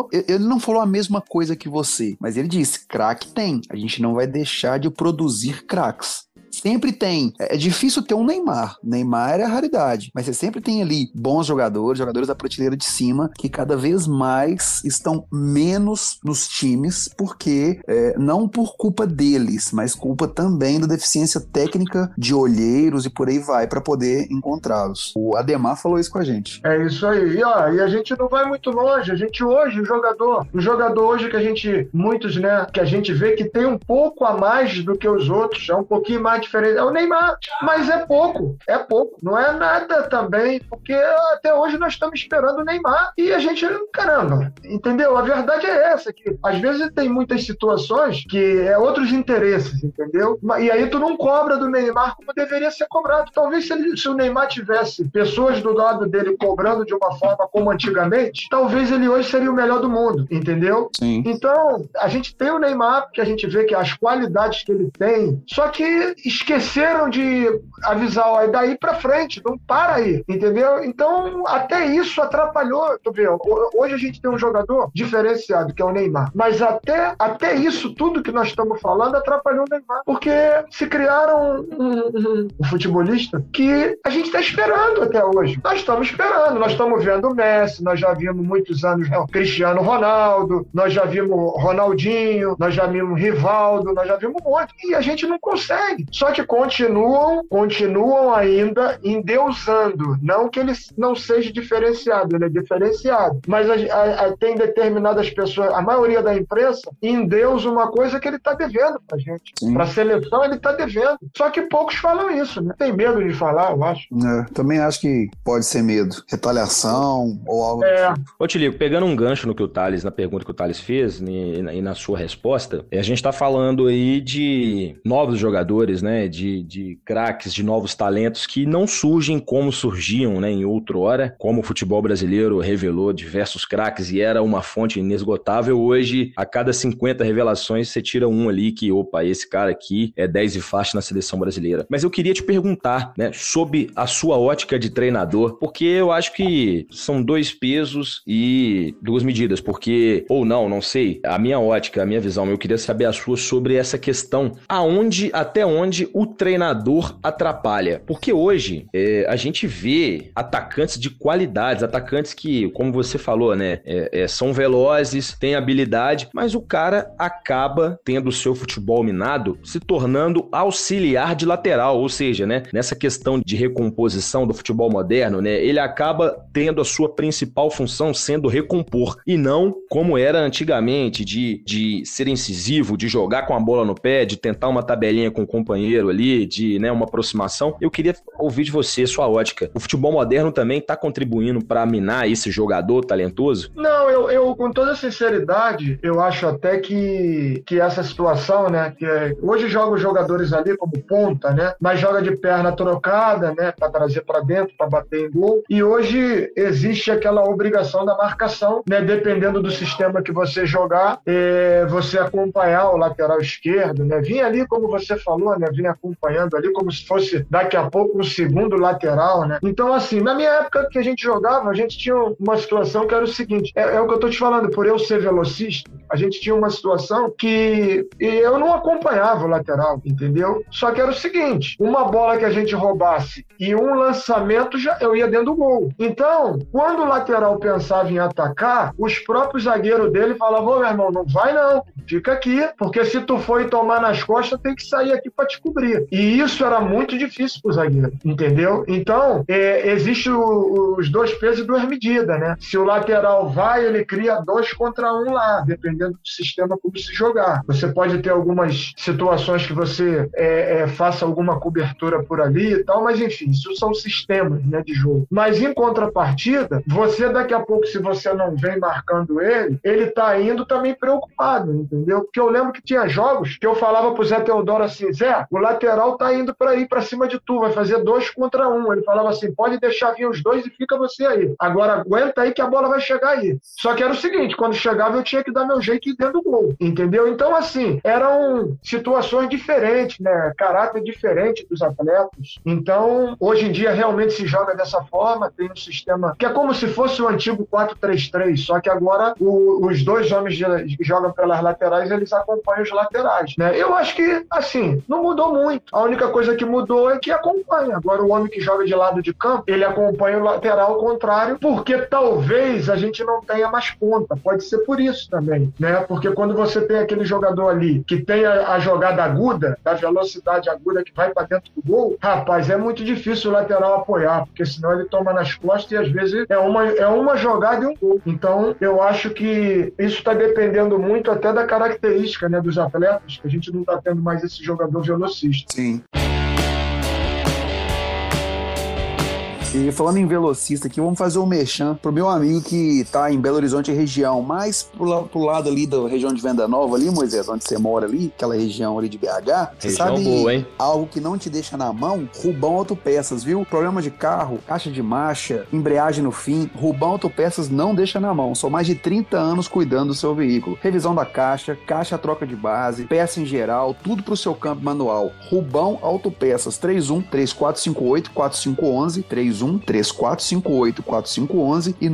não falou a mesma coisa que você, mas ele disse, craque tem. A gente não vai deixar de produzir craques. Sempre tem. É difícil ter um Neymar. Neymar é a raridade. Mas você sempre tem ali bons jogadores da prateleira de cima, que cada vez mais estão menos nos times, porque não por culpa deles, mas culpa também da deficiência técnica de olheiros e por aí vai, para poder encontrá-los. O Ademar falou isso com a gente. É isso aí. E a gente não vai muito longe. A gente hoje, o jogador hoje que a gente, muitos, né, que a gente vê que tem um pouco a mais do que os outros, é um pouquinho mais diferente, é o Neymar, mas é pouco, não é nada também, porque até hoje nós estamos esperando o Neymar e a gente, caramba, entendeu? A verdade é essa, que às vezes tem muitas situações que é outros interesses, entendeu? E aí tu não cobra do Neymar como deveria ser cobrado. Talvez se o Neymar tivesse pessoas do lado dele cobrando de uma forma como antigamente, talvez ele hoje seria o melhor do mundo, entendeu? Sim. Então, a gente tem o Neymar, porque a gente vê que as qualidades que ele tem, só que esqueceram de avisar, ó, é daí pra frente, não para aí, entendeu? Então, até isso atrapalhou, tu vê, hoje a gente tem um jogador diferenciado, que é o Neymar, mas até isso tudo que nós estamos falando atrapalhou o Neymar, porque se criaram um futebolista que a gente está esperando até hoje. Nós estamos esperando, nós estamos vendo o Messi, nós já vimos muitos anos o Cristiano Ronaldo, nós já vimos Ronaldinho, nós já vimos Rivaldo, nós já vimos um monte, e a gente não consegue. Só que continuam ainda endeusando. Não que ele não seja diferenciado, ele é diferenciado. Mas tem determinadas pessoas, a maioria da imprensa, endeusa uma coisa que ele está devendo pra gente. Para a seleção, ele está devendo. Só que poucos falam isso, né? Tem medo de falar, eu acho. Também acho que pode ser medo. Retaliação ou algo do tipo. Ô, Tilico, pegando um gancho no que o Thales, na pergunta que o Thales fez e na sua resposta, a gente está falando aí de novos jogadores, né? né, de craques, de novos talentos que não surgem como surgiam, né, em outrora, como o futebol brasileiro revelou diversos craques e era uma fonte inesgotável. Hoje, a cada 50 revelações, você tira um ali que, opa, esse cara aqui é 10 e faixa na seleção brasileira. Mas eu queria te perguntar, né, sob a sua ótica de treinador, porque eu acho que são 2 pesos e 2 medidas, porque, ou não sei, a minha ótica, a minha visão, eu queria saber a sua sobre essa questão, até onde o treinador atrapalha, porque hoje a gente vê atacantes de qualidades, atacantes que, como você falou, né, são velozes, têm habilidade, mas o cara acaba tendo o seu futebol minado, se tornando auxiliar de lateral, ou seja, né, nessa questão de recomposição do futebol moderno, né, ele acaba tendo a sua principal função sendo recompor, e não como era antigamente, de ser incisivo, de jogar com a bola no pé, de tentar uma tabelinha com o companheiro ali, de, né, uma aproximação. Eu queria ouvir de você, sua ótica. O futebol moderno também está contribuindo para minar esse jogador talentoso? Não, eu com toda sinceridade, eu acho até que essa situação, né, hoje joga os jogadores ali como ponta, né, mas joga de perna trocada, né, para trazer para dentro, para bater em gol, e hoje existe aquela obrigação da marcação, né, dependendo do sistema que você jogar, você acompanhar o lateral esquerdo, né, vinha ali, como você falou, né, vinha acompanhando ali como se fosse daqui a pouco um segundo lateral, né, então assim, na minha época que a gente jogava, a gente tinha uma situação que era o seguinte, é o que eu tô te falando, por eu ser velocista, a gente tinha uma situação que eu não acompanhava o lateral, entendeu? Só que era o seguinte, uma bola que a gente roubasse e um lançamento, eu ia dentro do gol. Então, quando o lateral pensava em atacar, os próprios zagueiros dele falavam, ô, meu irmão, não vai não, fica aqui, porque se tu for e tomar nas costas, tem que sair aqui para te cobrir. E isso era muito difícil pro zagueiro, entendeu? Então, existe os 2 pesos e 2 medidas, né? Se o lateral vai, ele cria 2 contra 1 lá, dependendo do sistema como se jogar. Você pode ter algumas situações que você faça alguma cobertura por ali e tal, mas enfim, isso são sistemas, né, de jogo. Mas em contrapartida, você daqui a pouco, se você não vem marcando ele tá indo também preocupado, entendeu? Porque eu lembro que tinha jogos que eu falava pro Zé Teodoro assim, Zé, o lateral tá indo pra ir pra cima de tu, vai fazer 2 contra 1. Ele falava assim, pode deixar vir os 2 e fica você aí. Agora aguenta aí que a bola vai chegar aí. Só que era o seguinte, quando chegava eu tinha que dar meu jeito e ir dentro do gol, entendeu? Então assim, eram situações diferentes, né? Caráter diferente dos atletas. Então, hoje em dia realmente se joga dessa forma, tem um sistema que é como se fosse o antigo 4-3-3, só que agora os 2 homens que jogam pelas laterais, eles acompanham os laterais, né? Eu acho que, assim, não mudou muito. A única coisa que mudou é que acompanha. Agora o homem que joga de lado de campo, ele acompanha o lateral ao contrário, porque talvez a gente não tenha mais ponta. Pode ser por isso também, né? Porque quando você tem aquele jogador ali que tem a jogada aguda, da velocidade aguda que vai para dentro do gol, rapaz, é muito difícil o lateral apoiar, porque senão ele toma nas costas e às vezes é uma jogada e um gol. Então, eu acho que isso está dependendo muito até da característica, né, dos atletas, que a gente não está tendo mais esse jogador velocista. Sim. E falando em velocista aqui, vamos fazer um merchan pro meu amigo que tá em Belo Horizonte região, mais pro lado ali da região de Venda Nova ali, Moisés, onde você mora ali, aquela região ali de BH. Você sabe boa, hein? Algo que não te deixa na mão? Rubão Autopeças, viu? Problema de carro, caixa de marcha, embreagem no fim, Rubão Autopeças não deixa na mão. São mais de 30 anos cuidando do seu veículo. Revisão da caixa troca de base, peça em geral, tudo pro seu câmbio manual. Rubão Autopeças, 31-3458-4511, 31-3458-4511 e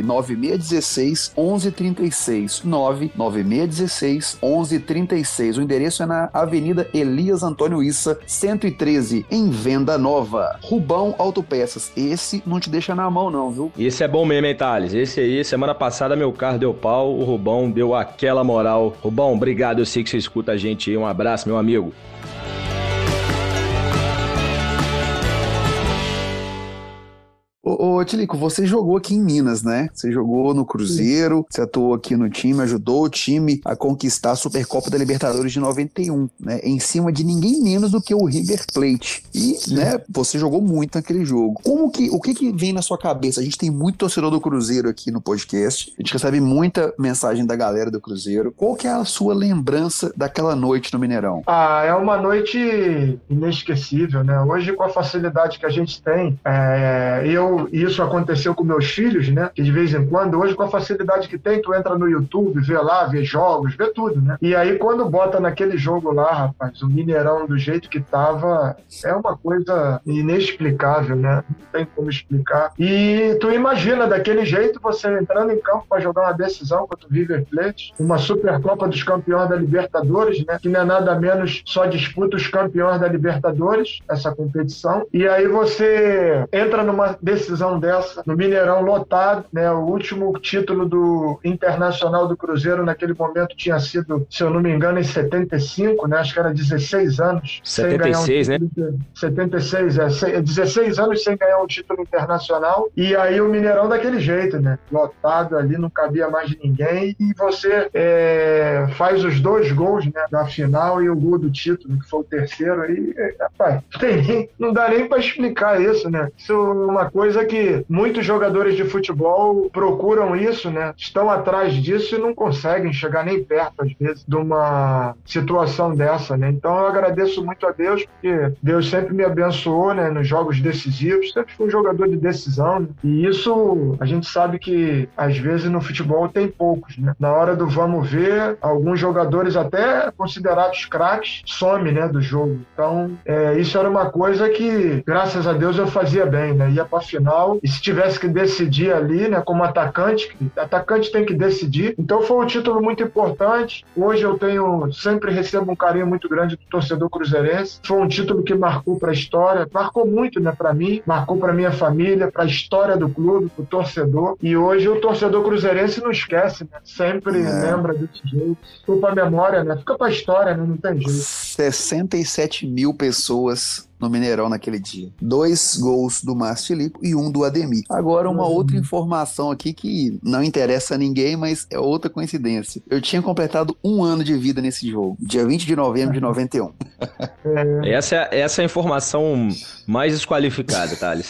99616-1136, 99616-1136. O endereço é na Avenida Elias Antônio Issa, 113, em Venda Nova. Rubão Autopeças, esse não te deixa na mão não, viu? Esse é bom mesmo, hein, Thales? Esse aí, semana passada meu carro deu pau, o Rubão deu aquela moral. Rubão, obrigado, eu sei que você escuta a gente aí, um abraço, meu amigo. Ô, Tilico, você jogou aqui em Minas, né? Você jogou no Cruzeiro, você atuou aqui no time, ajudou o time a conquistar a Supercopa da Libertadores de 91, né? Em cima de ninguém menos do que o River Plate. E, né, você jogou muito naquele jogo. O que vem na sua cabeça? A gente tem muito torcedor do Cruzeiro aqui no podcast. A gente recebe muita mensagem da galera do Cruzeiro. Qual que é a sua lembrança daquela noite no Mineirão? É uma noite inesquecível, né? Hoje, com a facilidade que a gente tem, isso aconteceu com meus filhos, né? Que de vez em quando, hoje com a facilidade que tem, tu entra no YouTube, vê lá, vê jogos, vê tudo, né? E aí quando bota naquele jogo lá, rapaz, o Mineirão do jeito que tava, é uma coisa inexplicável, né? Não tem como explicar. E tu imagina daquele jeito você entrando em campo para jogar uma decisão contra o River Plate, uma Supercopa dos Campeões da Libertadores, né? Que não é nada menos, só disputa os campeões da Libertadores, essa competição. E aí você entra numa decisão dessa, no Mineirão lotado, né? O último título do Internacional do Cruzeiro naquele momento tinha sido, se eu não me engano, em 75, né? Acho que era 16 anos. 76, né? 76, 16 anos sem ganhar um título internacional. E aí o Mineirão daquele jeito, né? Lotado ali, não cabia mais de ninguém. E você faz os 2 gols, né, da final e o gol do título, que foi o terceiro. Aí, rapaz, não dá nem para explicar isso, né? Isso é uma coisa que muitos jogadores de futebol procuram isso, né? Estão atrás disso e não conseguem chegar nem perto, às vezes, de uma situação dessa, né? Então eu agradeço muito a Deus, porque Deus sempre me abençoou, né, nos jogos decisivos, sempre fui um jogador de decisão, né? E isso a gente sabe que às vezes no futebol tem poucos, né? Na hora do vamos ver, alguns jogadores até considerados craques some, né, do jogo. Então isso era uma coisa que, graças a Deus, eu fazia bem, né? Ia pra final e se tivesse que decidir ali, né, como atacante tem que decidir. Então foi um título muito importante. Hoje eu sempre recebo um carinho muito grande do torcedor cruzeirense. Foi um título que marcou para a história, marcou muito, né, para mim, marcou para minha família, para a história do clube, pro torcedor. E hoje o torcedor cruzeirense não esquece, né? Sempre lembra desse jeito. Fica pra memória, né? Fica pra história, né? Não tem jeito. 67 mil pessoas no Mineirão naquele dia. 2 gols do Márcio Tilico e 1 do Ademir. Agora, uma outra informação aqui que não interessa a ninguém, mas é outra coincidência. Eu tinha completado 1 ano de vida nesse jogo, dia 20 de novembro de 91. Essa é a informação mais desqualificada, Thales.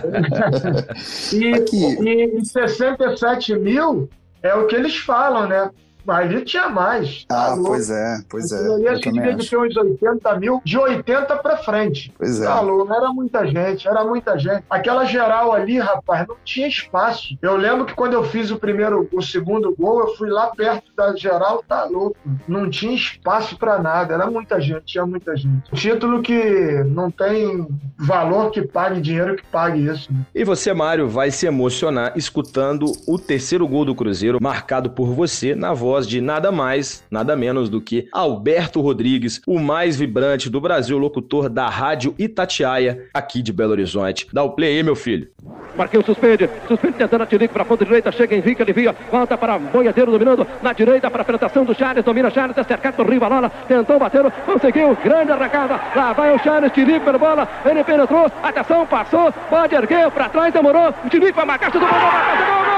E 67 mil é o que eles falam, né? Ali tinha mais. Pois é. Ali acho que devia de ter uns 80 mil, de 80 pra frente. Pois é. Era muita gente. Aquela geral ali, rapaz, não tinha espaço. Eu lembro que quando eu fiz o segundo gol, eu fui lá perto da geral, tá louco. Não tinha espaço pra nada. Era muita gente, tinha muita gente. Título que não tem valor que pague, dinheiro que pague isso. Né? E você, Mário, vai se emocionar escutando o terceiro gol do Cruzeiro, marcado por você na voz de nada mais, nada menos do que Alberto Rodrigues, o mais vibrante do Brasil, locutor da Rádio Itatiaia, aqui de Belo Horizonte. Dá o play aí, meu filho. Marquinhos suspende tentando a Tilico para a ponta direita, chega Henrique, alivia, volta para Boiadeiro dominando, na direita para a penetração do Charles, domina Charles, é cercado por Rivalola, tentou bater, conseguiu, grande arrancada, lá vai o Charles, Tilico pela bola, ele penetrou, atenção, passou, pode erguer, para trás, demorou, o Tilico vai marcar, chutou, gol!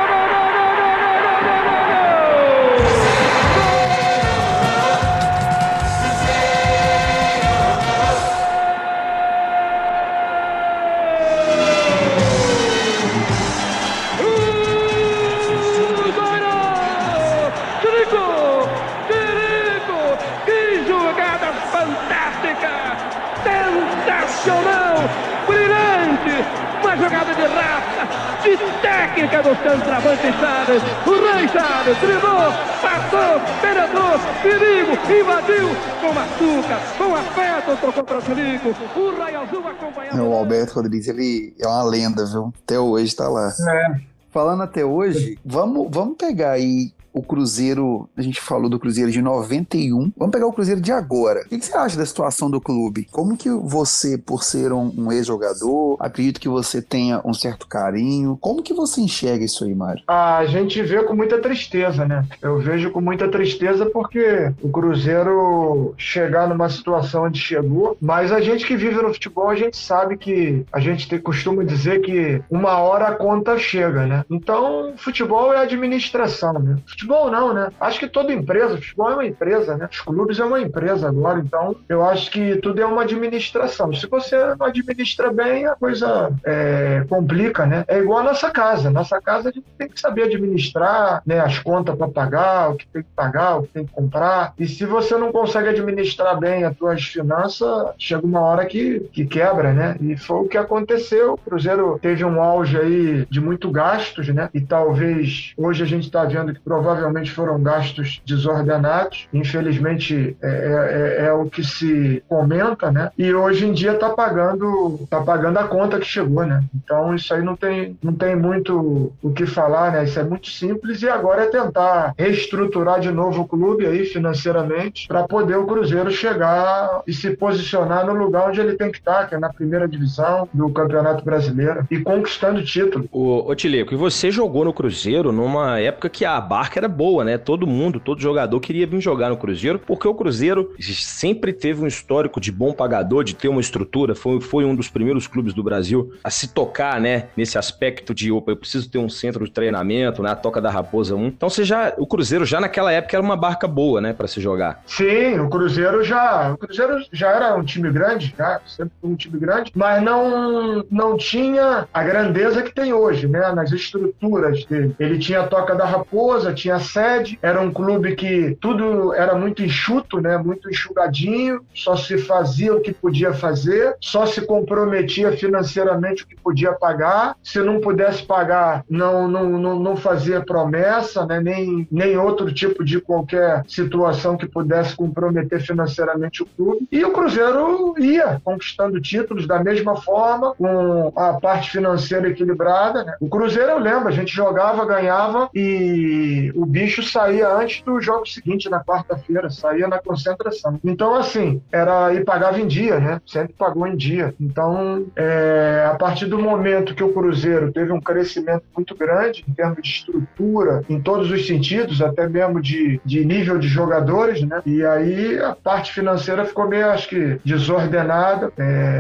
Uma jogada de raça, de técnica do centroavante Charles. O Rei Charles driblou, passou, penetrou, perigo, invadiu com açúcar, com afeto, tocou para o Tilico. O Raio Azul acompanhando. O Alberto Rodrigues, ele é uma lenda, viu? Até hoje tá lá. Falando até hoje, vamos pegar aí o Cruzeiro, a gente falou do Cruzeiro de 91, vamos pegar o Cruzeiro de agora. O que você acha da situação do clube? Como que você, por ser um ex-jogador, acredito que você tenha um certo carinho, como que você enxerga isso aí, Mário? A gente vê com muita tristeza, né? Eu vejo com muita tristeza porque o Cruzeiro chegar numa situação onde chegou, mas a gente que vive no futebol, a gente sabe que a gente costuma dizer que uma hora a conta chega, né? Então, futebol é administração, né? Futebol não, né? Acho que toda empresa, futebol é uma empresa, né? Os clubes é uma empresa agora, então eu acho que tudo é uma administração. Se você não administra bem, a coisa complica, né? É igual a nossa casa. Nossa casa a gente tem que saber administrar, né? As contas para pagar, o que tem que pagar, o que tem que comprar. E se você não consegue administrar bem as suas finanças, chega uma hora que quebra, né? E foi o que aconteceu. O Cruzeiro teve um auge aí de muito gastos, né? E talvez hoje a gente está vendo que provavelmente foram gastos desordenados. Infelizmente é o que se comenta, né? E hoje em dia está pagando a conta que chegou, né? Então isso aí não tem muito o que falar, né? Isso é muito simples e agora é tentar reestruturar de novo o clube aí financeiramente para poder o Cruzeiro chegar e se posicionar no lugar onde ele tem que estar, que é na primeira divisão do Campeonato Brasileiro e conquistando o título. Ô Tileco, e você jogou no Cruzeiro numa época que a barca era boa, né? Todo jogador queria vir jogar no Cruzeiro, porque o Cruzeiro sempre teve um histórico de bom pagador, de ter uma estrutura, foi um dos primeiros clubes do Brasil a se tocar, né? Nesse aspecto de, eu preciso ter um centro de treinamento, né? A Toca da Raposa 1. Então o Cruzeiro já naquela época era uma barca boa, né? Pra se jogar. Sim, o Cruzeiro já era um time grande, já, sempre foi um time grande, mas não tinha a grandeza que tem hoje, né? Nas estruturas dele. Ele tinha a Toca da Raposa, tinha a sede, era um clube que tudo era muito enxuto, né? Muito enxugadinho, só se fazia o que podia fazer, só se comprometia financeiramente o que podia pagar, se não pudesse pagar, não fazia promessa, né? Nem outro tipo de qualquer situação que pudesse comprometer financeiramente o clube. E o Cruzeiro ia conquistando títulos da mesma forma, com a parte financeira equilibrada, né? O Cruzeiro, eu lembro, a gente jogava, ganhava e o bicho saía antes do jogo seguinte, na quarta-feira, saía na concentração. Então, assim, e pagava em dia, né? Sempre pagou em dia. Então, a partir do momento que o Cruzeiro teve um crescimento muito grande, em termos de estrutura, em todos os sentidos, até mesmo de nível de jogadores, né? E aí a parte financeira ficou meio, acho que, desordenada.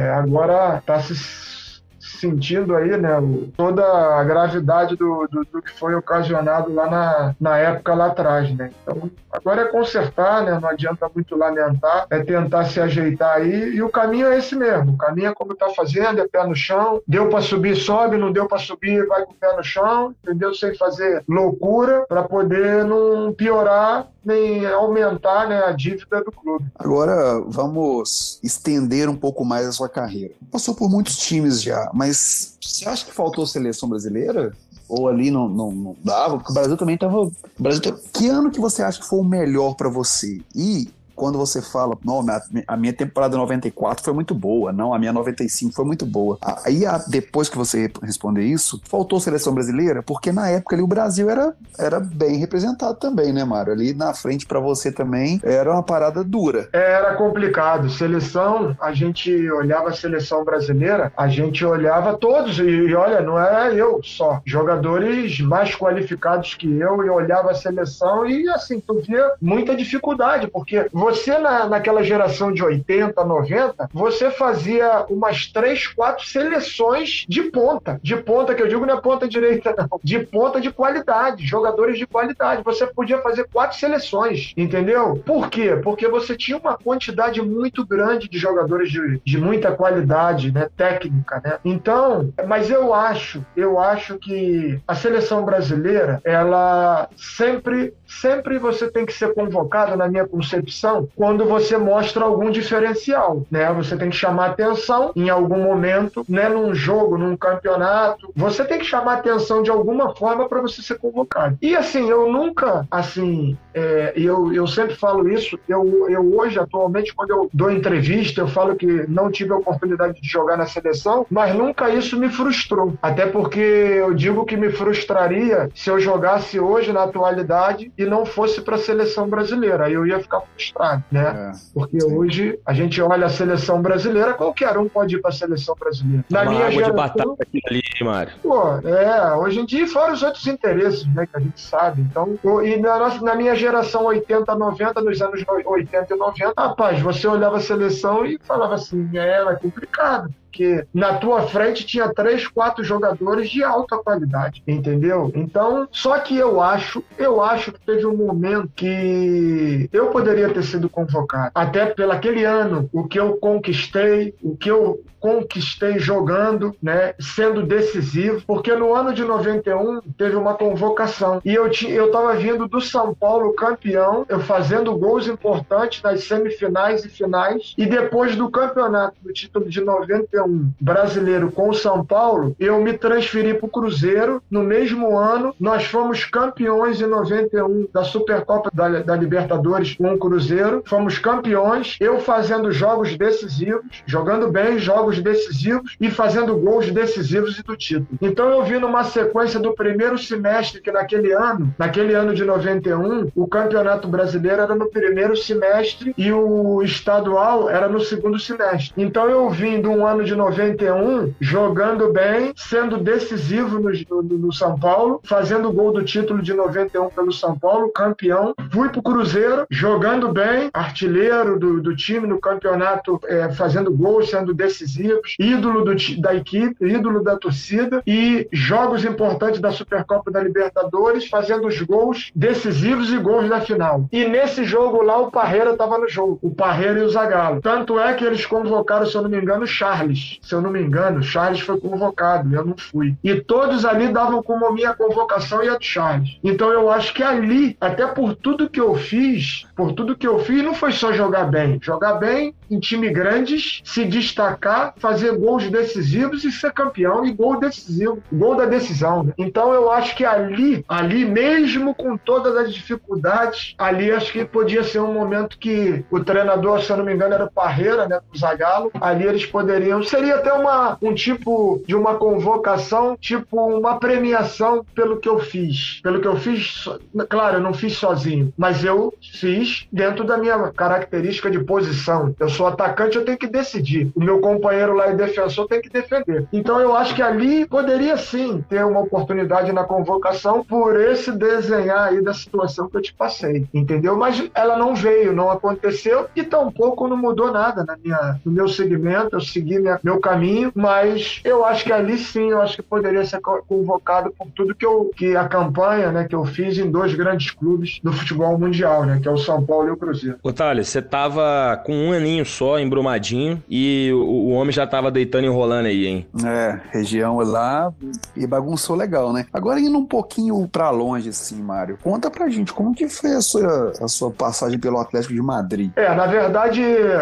Agora está se sentindo aí, né, toda a gravidade do que foi ocasionado lá na época lá atrás, né? Então, agora é consertar, né? Não adianta muito lamentar, é tentar se ajeitar aí, e o caminho é esse mesmo. O caminho é como está fazendo, é pé no chão. Deu para subir, sobe, não deu para subir, vai com o pé no chão, entendeu? Sem fazer loucura, para poder não piorar nem aumentar, né, a dívida do clube. Agora vamos estender um pouco mais a sua carreira. Passou por muitos times já, mas você acha que faltou seleção brasileira? Ou ali não dava? Porque o Brasil também estava... Que ano que você acha que foi o melhor para você? E quando você fala, não, a minha temporada 94 foi muito boa, não, a minha 95 foi muito boa. Aí, depois que você responder isso, faltou seleção brasileira? Porque na época ali o Brasil era bem representado também, né, Mário? Ali na frente pra você também era uma parada dura. Era complicado. Seleção, a gente olhava a seleção brasileira, a gente olhava todos, e olha, não era eu só, jogadores mais qualificados que eu, e olhava a seleção e assim, tu via muita dificuldade, porque você naquela geração de 80, 90, você fazia umas 3, 4 seleções de ponta, que eu digo não é ponta direita não, de ponta de qualidade, jogadores de qualidade. Você podia fazer 4 seleções, entendeu? Por quê? Porque você tinha uma quantidade muito grande de jogadores de muita qualidade, né, técnica, né? Então, mas eu acho que a seleção brasileira, ela sempre você tem que ser convocado, na minha concepção, seleção quando você mostra algum diferencial, né? Você tem que chamar atenção em algum momento, né? Num jogo, num campeonato, você tem que chamar atenção de alguma forma para você ser convocado. E assim, eu nunca, assim, eu sempre falo isso, eu hoje, atualmente, quando eu dou entrevista, eu falo que não tive a oportunidade de jogar na seleção, mas nunca isso me frustrou. Até porque eu digo que me frustraria se eu jogasse hoje, na atualidade, e não fosse para a seleção brasileira. Aí eu ia ficar frustrado, né? Porque hoje a gente olha a seleção brasileira, qualquer um pode ir para a seleção brasileira. Na minha água geração, de batata aqui ali, Mário. Pô, hoje em dia, fora os outros interesses, né, que a gente sabe. Então, e na minha geração 80, 90, nos anos 80 e 90, rapaz, você olhava a seleção e falava assim, é complicado. Porque na tua frente tinha 3, 4 jogadores de alta qualidade, entendeu? Então, só que eu acho que teve um momento que eu poderia ter sido convocado. Até pelo aquele ano, o que eu conquistei jogando, né, sendo decisivo, porque no ano de 91 teve uma convocação e eu estava vindo do São Paulo campeão, eu fazendo gols importantes nas semifinais e finais, e depois do campeonato, do título de 91 brasileiro com o São Paulo, eu me transferi para o Cruzeiro. No mesmo ano, nós fomos campeões em 91 da Supercopa da Libertadores com o Cruzeiro, fomos campeões, eu fazendo jogos decisivos, jogando bem, jogos decisivos e fazendo gols decisivos e do título. Então eu vi numa sequência do primeiro semestre que naquele ano de 91, o Campeonato Brasileiro era no primeiro semestre e o estadual era no segundo semestre. Então eu vim de um ano de 91 jogando bem, sendo decisivo no São Paulo, fazendo gol do título de 91 pelo São Paulo, campeão. Fui pro Cruzeiro, jogando bem, artilheiro do time no campeonato, fazendo gols, sendo decisivos, ídolo da equipe, ídolo da torcida, e jogos importantes da Supercopa da Libertadores, fazendo os gols decisivos e gols da final. E nesse jogo lá, o Parreira estava no jogo, o Parreira e o Zagallo. Tanto é que eles convocaram, se eu não me engano, Charles. Se eu não me engano, Charles foi convocado, eu não fui. E todos ali davam como a minha convocação e a do Charles. Então eu acho que ali, até por tudo que eu fiz, não foi só jogar bem em time grandes, se destacar, fazer gols decisivos e ser campeão, e gol decisivo, gol da decisão, né? Então eu acho que ali mesmo com todas as dificuldades, ali acho que podia ser um momento que o treinador, se eu não me engano, era o Parreira, né, o Zagallo, ali eles poderiam, seria até um tipo de uma convocação, tipo uma premiação pelo que eu fiz, claro, eu não fiz sozinho, mas eu fiz dentro da minha característica de posição. Eu sou atacante, eu tenho que decidir. O meu companheiro lá, defensor, tem que defender. Então eu acho que ali poderia sim ter uma oportunidade na convocação por esse desenhar aí da situação que eu te passei, entendeu? Mas ela não veio, não aconteceu, e tampouco não mudou nada no meu segmento. Eu segui meu caminho, mas eu acho que ali sim, eu acho que poderia ser convocado por tudo que a campanha, né, que eu fiz em 2 grandes clubes do futebol mundial, né, que é o São Paulo e o Cruzeiro. Ô Thales, você tava com um aninho só em Brumadinho e o homem já tava deitando e enrolando aí, hein? Região lá, e bagunçou legal, né? Agora indo um pouquinho pra longe, assim, Mário, conta pra gente como que foi a sua passagem pelo Atlético de Madrid. Na verdade,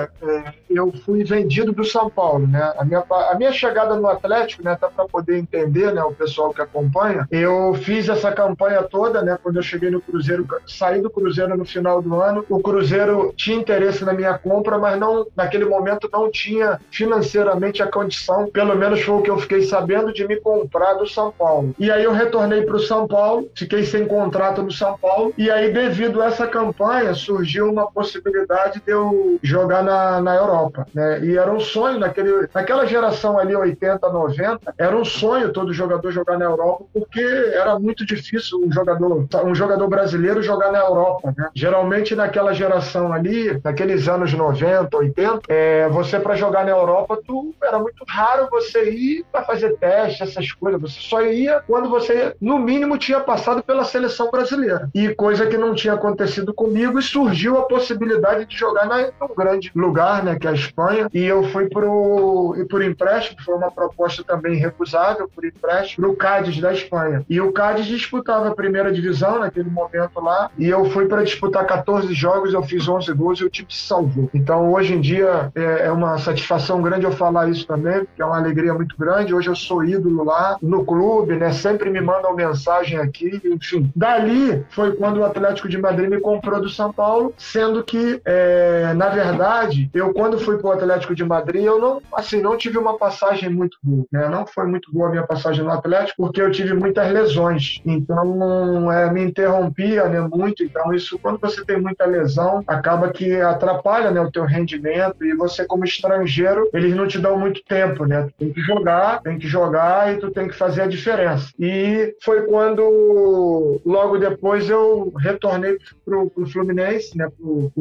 eu fui vendido do São Paulo, né? A minha chegada no Atlético, né, tá para poder entender, né, o pessoal que acompanha, eu fiz essa campanha toda, né, quando eu cheguei no Cruzeiro, saí do Cruzeiro no final do ano, o Cruzeiro tinha interesse na minha compra, mas não, naquele momento não tinha financeiramente a condição, pelo menos foi o que eu fiquei sabendo, de me comprar do São Paulo. E aí eu retornei para o São Paulo, fiquei sem contrato no São Paulo, e aí devido a essa campanha surgiu uma possibilidade de eu jogar na Europa, né? E era um sonho naquela geração ali, 80, 90, era um sonho todo jogador jogar na Europa, porque era muito difícil um jogador brasileiro jogar na Europa, né? Geralmente naquela geração ali, naqueles anos 90, 80, você para jogar na Europa, era muito raro você ir para fazer teste, essas coisas. Você só ia quando você, no mínimo, tinha passado pela seleção brasileira. E coisa que não tinha acontecido comigo, e surgiu a possibilidade de jogar num grande lugar, né, que é a Espanha, e eu fui pro por empréstimo, foi uma proposta também recusável por empréstimo, para o Cádiz da Espanha. E o Cádiz disputava a primeira divisão naquele momento lá, e eu fui para disputar 14 jogos, eu fiz 11 gols e o time se salvou. Então, hoje em dia, é uma satisfação grande eu falar isso também, porque é uma alegria muito grande. Hoje eu sou ídolo lá no clube, né? Sempre me mandam mensagem aqui, enfim. Dali foi quando o Atlético de Madrid me comprou do São Paulo, sendo que, na verdade, eu quando fui para o Atlético de Madrid, eu não tive uma passagem muito boa, né? Não foi muito boa a minha passagem no Atlético, porque eu tive muitas lesões. Então, me interrompia, né, muito. Então, isso, quando você tem muita lesão, acaba que atrapalha, né, o teu rendimento, e você, como estrangeiro, eles não te dão muito tempo, né? Tu tem que jogar e tu tem que fazer a diferença. E foi quando, logo depois, eu retornei pro Fluminense, né?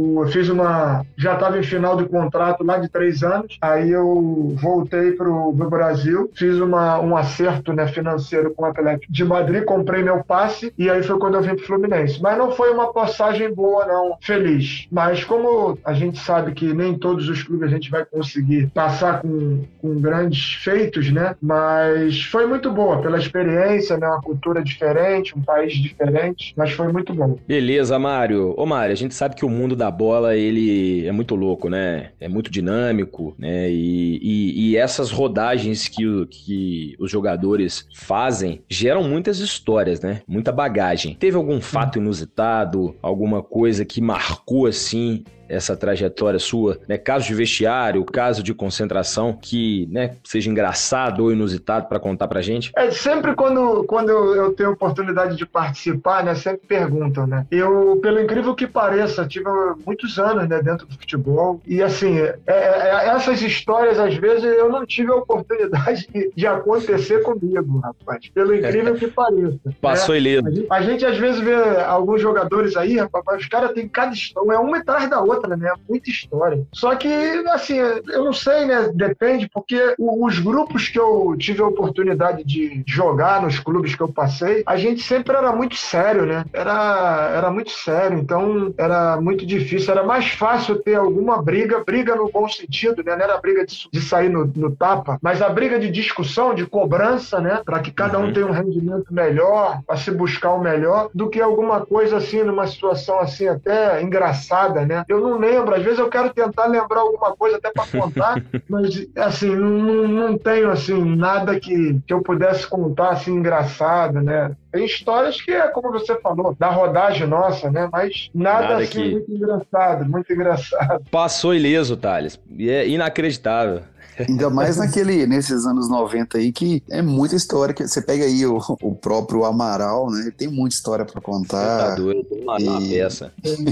Já estava em final do contrato lá de 3 anos, aí eu voltei pro Brasil, fiz um acerto, né, financeiro com o Atlético de Madrid, comprei meu passe, e aí foi quando eu vim pro Fluminense. Mas não foi uma passagem boa, não, feliz. Mas como a gente sabe que nem todos os clubes a gente vai conseguir passar com grandes feitos, né? Mas foi muito boa pela experiência, né? Uma cultura diferente, um país diferente, mas foi muito bom. Beleza, Mário. Ô, Mário, a gente sabe que o mundo da bola, ele é muito louco, né? É muito dinâmico, né? E essas rodagens que os jogadores fazem geram muitas histórias, né? Muita bagagem. Teve algum fato inusitado, alguma coisa que marcou, assim, essa trajetória sua, né? Caso de vestiário, caso de concentração que, né, seja engraçado ou inusitado para contar pra gente? Sempre quando eu tenho oportunidade de participar, né, sempre perguntam, né? Eu, pelo incrível que pareça, tive muitos anos, né, dentro do futebol, e assim, essas histórias, às vezes, eu não tive a oportunidade de acontecer comigo, rapaz, pelo incrível que pareça. Passou ileso. A gente, às vezes, vê alguns jogadores aí, rapaz, os caras têm cada história, uma atrás da outra, né? Muita história. Só que, assim, eu não sei, né? Depende, porque os grupos que eu tive a oportunidade de jogar nos clubes que eu passei, a gente sempre era muito sério, né? Era muito sério, então era muito difícil. Era mais fácil ter alguma briga no bom sentido, né? Não era briga de sair no tapa, mas a briga de discussão, de cobrança, né? Para que cada um tenha um rendimento melhor, para se buscar o melhor, do que alguma coisa assim, numa situação assim até engraçada, né? Eu não lembro, às vezes eu quero tentar lembrar alguma coisa até para contar, mas assim, não tenho assim nada que eu pudesse contar assim engraçado, né? Tem histórias que é como você falou, da rodagem nossa, né? Mas nada assim muito engraçado, muito engraçado. Passou ileso, Thales. E é inacreditável. Ainda mais nesses anos 90 aí, que é muita história. Que você pega aí o próprio Amaral, né? Tem muita história pra contar. Você tá doido, uma peça.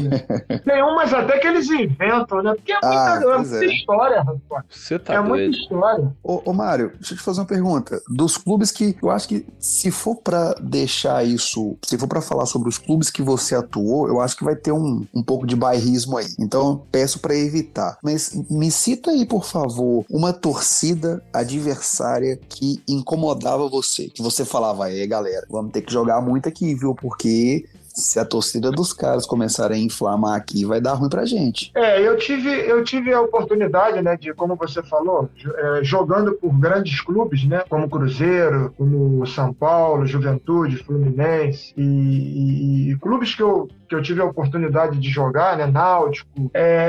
Tem umas até que eles inventam, né? Porque é muita história, rapaz. Você tá doido. Muita história. Ô, Mário, deixa eu te fazer uma pergunta. Dos clubes que, eu acho que se for pra deixar isso, se for pra falar sobre os clubes que você atuou, eu acho que vai ter um pouco de bairrismo aí. Então, peço pra evitar. Mas me cita aí, por favor, uma torcida adversária que incomodava você, que você falava, galera, vamos ter que jogar muito aqui, viu, porque se a torcida dos caras começarem a inflamar aqui, vai dar ruim pra gente. Eu tive a oportunidade, né, de, como você falou, jogando por grandes clubes, né, como Cruzeiro, como São Paulo, Juventude, Fluminense, e clubes que eu tive a oportunidade de jogar, né, Náutico.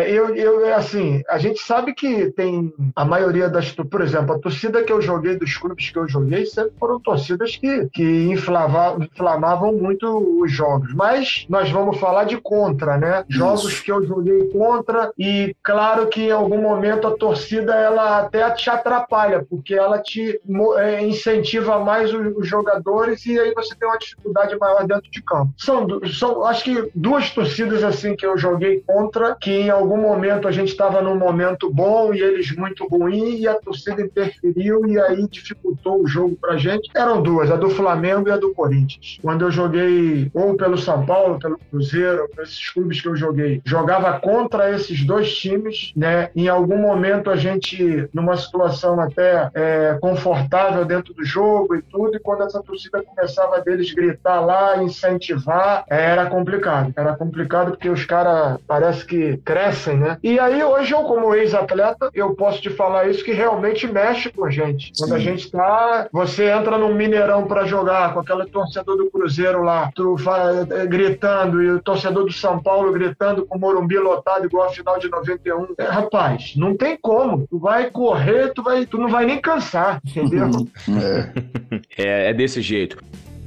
Assim, a gente sabe que tem a maioria por exemplo, a torcida que eu joguei dos clubes que eu joguei sempre foram torcidas que inflamavam muito os jogos. Mas nós vamos falar de contra, né? Jogos que eu joguei contra, e claro que em algum momento a torcida ela até te atrapalha, porque ela te incentiva mais os jogadores, e aí você tem uma dificuldade maior dentro de campo. São acho que duas torcidas assim que eu joguei contra, que em algum momento a gente estava num momento bom e eles muito ruim, e a torcida interferiu e aí dificultou o jogo pra gente. Eram duas, a do Flamengo e a do Corinthians. Quando eu joguei ou pelo São Paulo, pelo Cruzeiro, esses clubes que eu joguei, jogava contra esses dois times, né? Em algum momento a gente, numa situação até confortável dentro do jogo e tudo, e quando essa torcida começava deles gritar lá, incentivar, era complicado. Era complicado porque os caras parece que crescem, né? E aí hoje eu, como ex-atleta, eu posso te falar isso, que realmente mexe com a gente. Quando a gente você entra num Mineirão pra jogar com aquele torcedor do Cruzeiro lá, tu gritando, e o torcedor do São Paulo gritando com o Morumbi lotado igual a final de 91. Rapaz, não tem como. Tu vai correr, tu não vai nem cansar, entendeu? É desse jeito.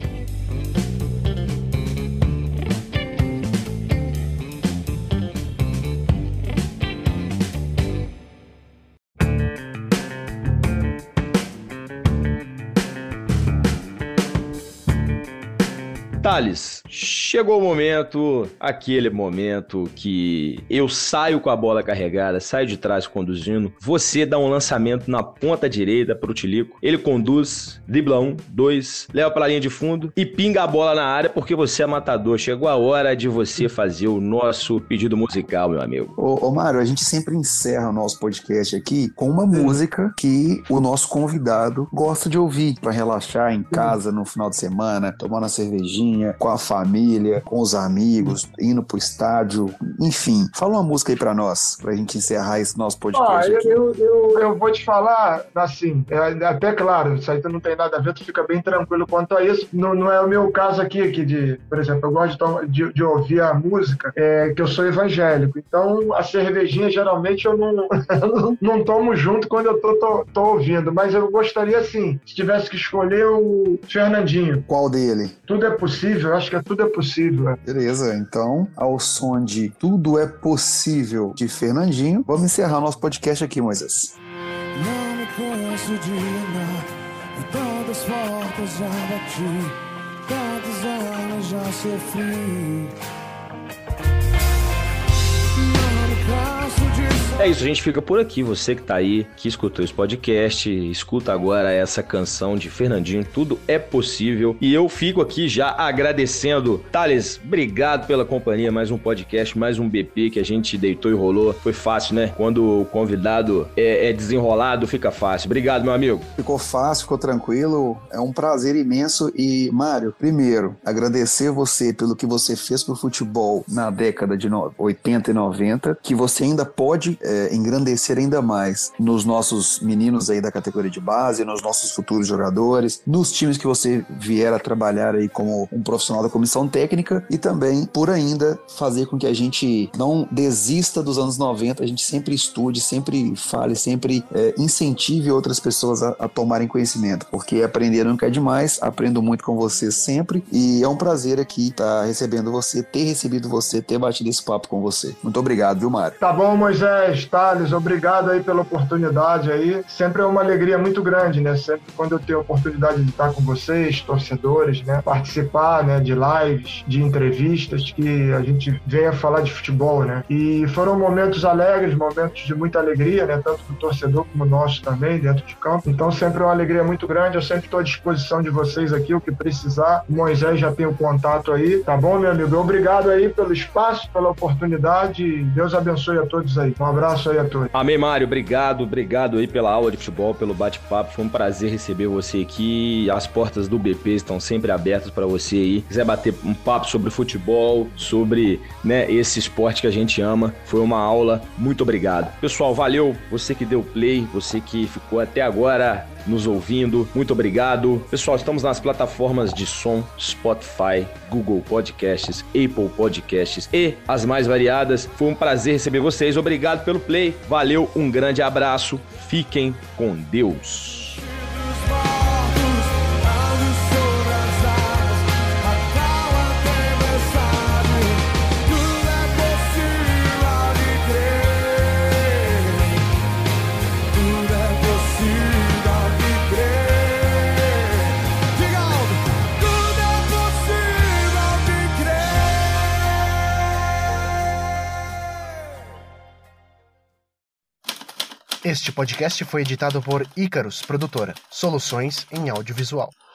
Thales, chegou o momento, aquele momento que eu saio com a bola carregada, saio de trás conduzindo, você dá um lançamento na ponta direita pro Tilico, ele conduz, dribla 1, 2, leva pra linha de fundo e pinga a bola na área porque você é matador. Chegou a hora de você fazer o nosso pedido musical, meu amigo. Ô Mário, a gente sempre encerra o nosso podcast aqui com uma música que o nosso convidado gosta de ouvir pra relaxar em casa no final de semana, tomando uma cervejinha, com a família, com os amigos, indo pro estádio, enfim. Fala uma música aí pra nós, pra gente encerrar esse nosso podcast aqui. Eu vou te falar, assim, até claro, isso aí tu não tem nada a ver, tu fica bem tranquilo quanto a isso. Não é o meu caso aqui por exemplo, eu gosto de ouvir a música, que eu sou evangélico, então a cervejinha geralmente eu não tomo junto quando eu tô ouvindo, mas eu gostaria, assim, se tivesse que escolher o Fernandinho. Qual dele? Tudo é possível, eu acho que tudo é possível. Beleza, então, ao som de Tudo é Possível de Fernandinho, vamos encerrar nosso podcast aqui, Moisés. Não me canso de amar, e tantas portas já bati, tantos anos já sofri. Não me canso de... É isso, a gente fica por aqui. Você que tá aí, que escutou esse podcast, escuta agora essa canção de Fernandinho, Tudo é Possível. E eu fico aqui já agradecendo. Thales, obrigado pela companhia, mais um podcast, mais um BP que a gente deitou e rolou. Foi fácil, né? Quando o convidado é desenrolado, fica fácil. Obrigado, meu amigo. Ficou fácil, ficou tranquilo. É um prazer imenso. E, Mário, primeiro, agradecer você pelo que você fez pro futebol na década de 80 e 90, que você ainda pode engrandecer ainda mais nos nossos meninos aí da categoria de base, nos nossos futuros jogadores, nos times que você vier a trabalhar aí como um profissional da comissão técnica, e também por ainda fazer com que a gente não desista dos anos 90, a gente sempre estude, sempre fale, sempre incentive outras pessoas a tomarem conhecimento, porque aprender nunca é demais. Aprendo muito com você sempre, e é um prazer aqui estar recebendo você, ter recebido você, ter batido esse papo com você. Muito obrigado, viu, Mário? Tá bom, Moisés, Thales, obrigado aí pela oportunidade aí. Sempre é uma alegria muito grande, né? Sempre quando eu tenho a oportunidade de estar com vocês, torcedores, né? Participar, né? De lives, de entrevistas, que a gente venha falar de futebol, né? E foram momentos alegres, momentos de muita alegria, né? Tanto do torcedor como nosso também, dentro de campo. Então sempre é uma alegria muito grande. Eu sempre estou à disposição de vocês aqui, o que precisar. O Moisés já tem o contato aí, tá bom, meu amigo? Obrigado aí pelo espaço, pela oportunidade. Deus abençoe a todos aí. Um abraço aí a todos. Amém, Mário. Obrigado aí pela aula de futebol, pelo bate-papo. Foi um prazer receber você aqui. As portas do BP estão sempre abertas para você aí. Quiser bater um papo sobre futebol, sobre, né, esse esporte que a gente ama. Foi uma aula. Muito obrigado. Pessoal, valeu. Você que deu play, você que ficou até agora nos ouvindo, muito obrigado. Pessoal, estamos nas plataformas de som, Spotify, Google Podcasts, Apple Podcasts e as mais variadas. Foi um prazer receber vocês, obrigado pelo play, valeu, um grande abraço, fiquem com Deus. Este podcast foi editado por Ícaros Produtora, soluções em audiovisual.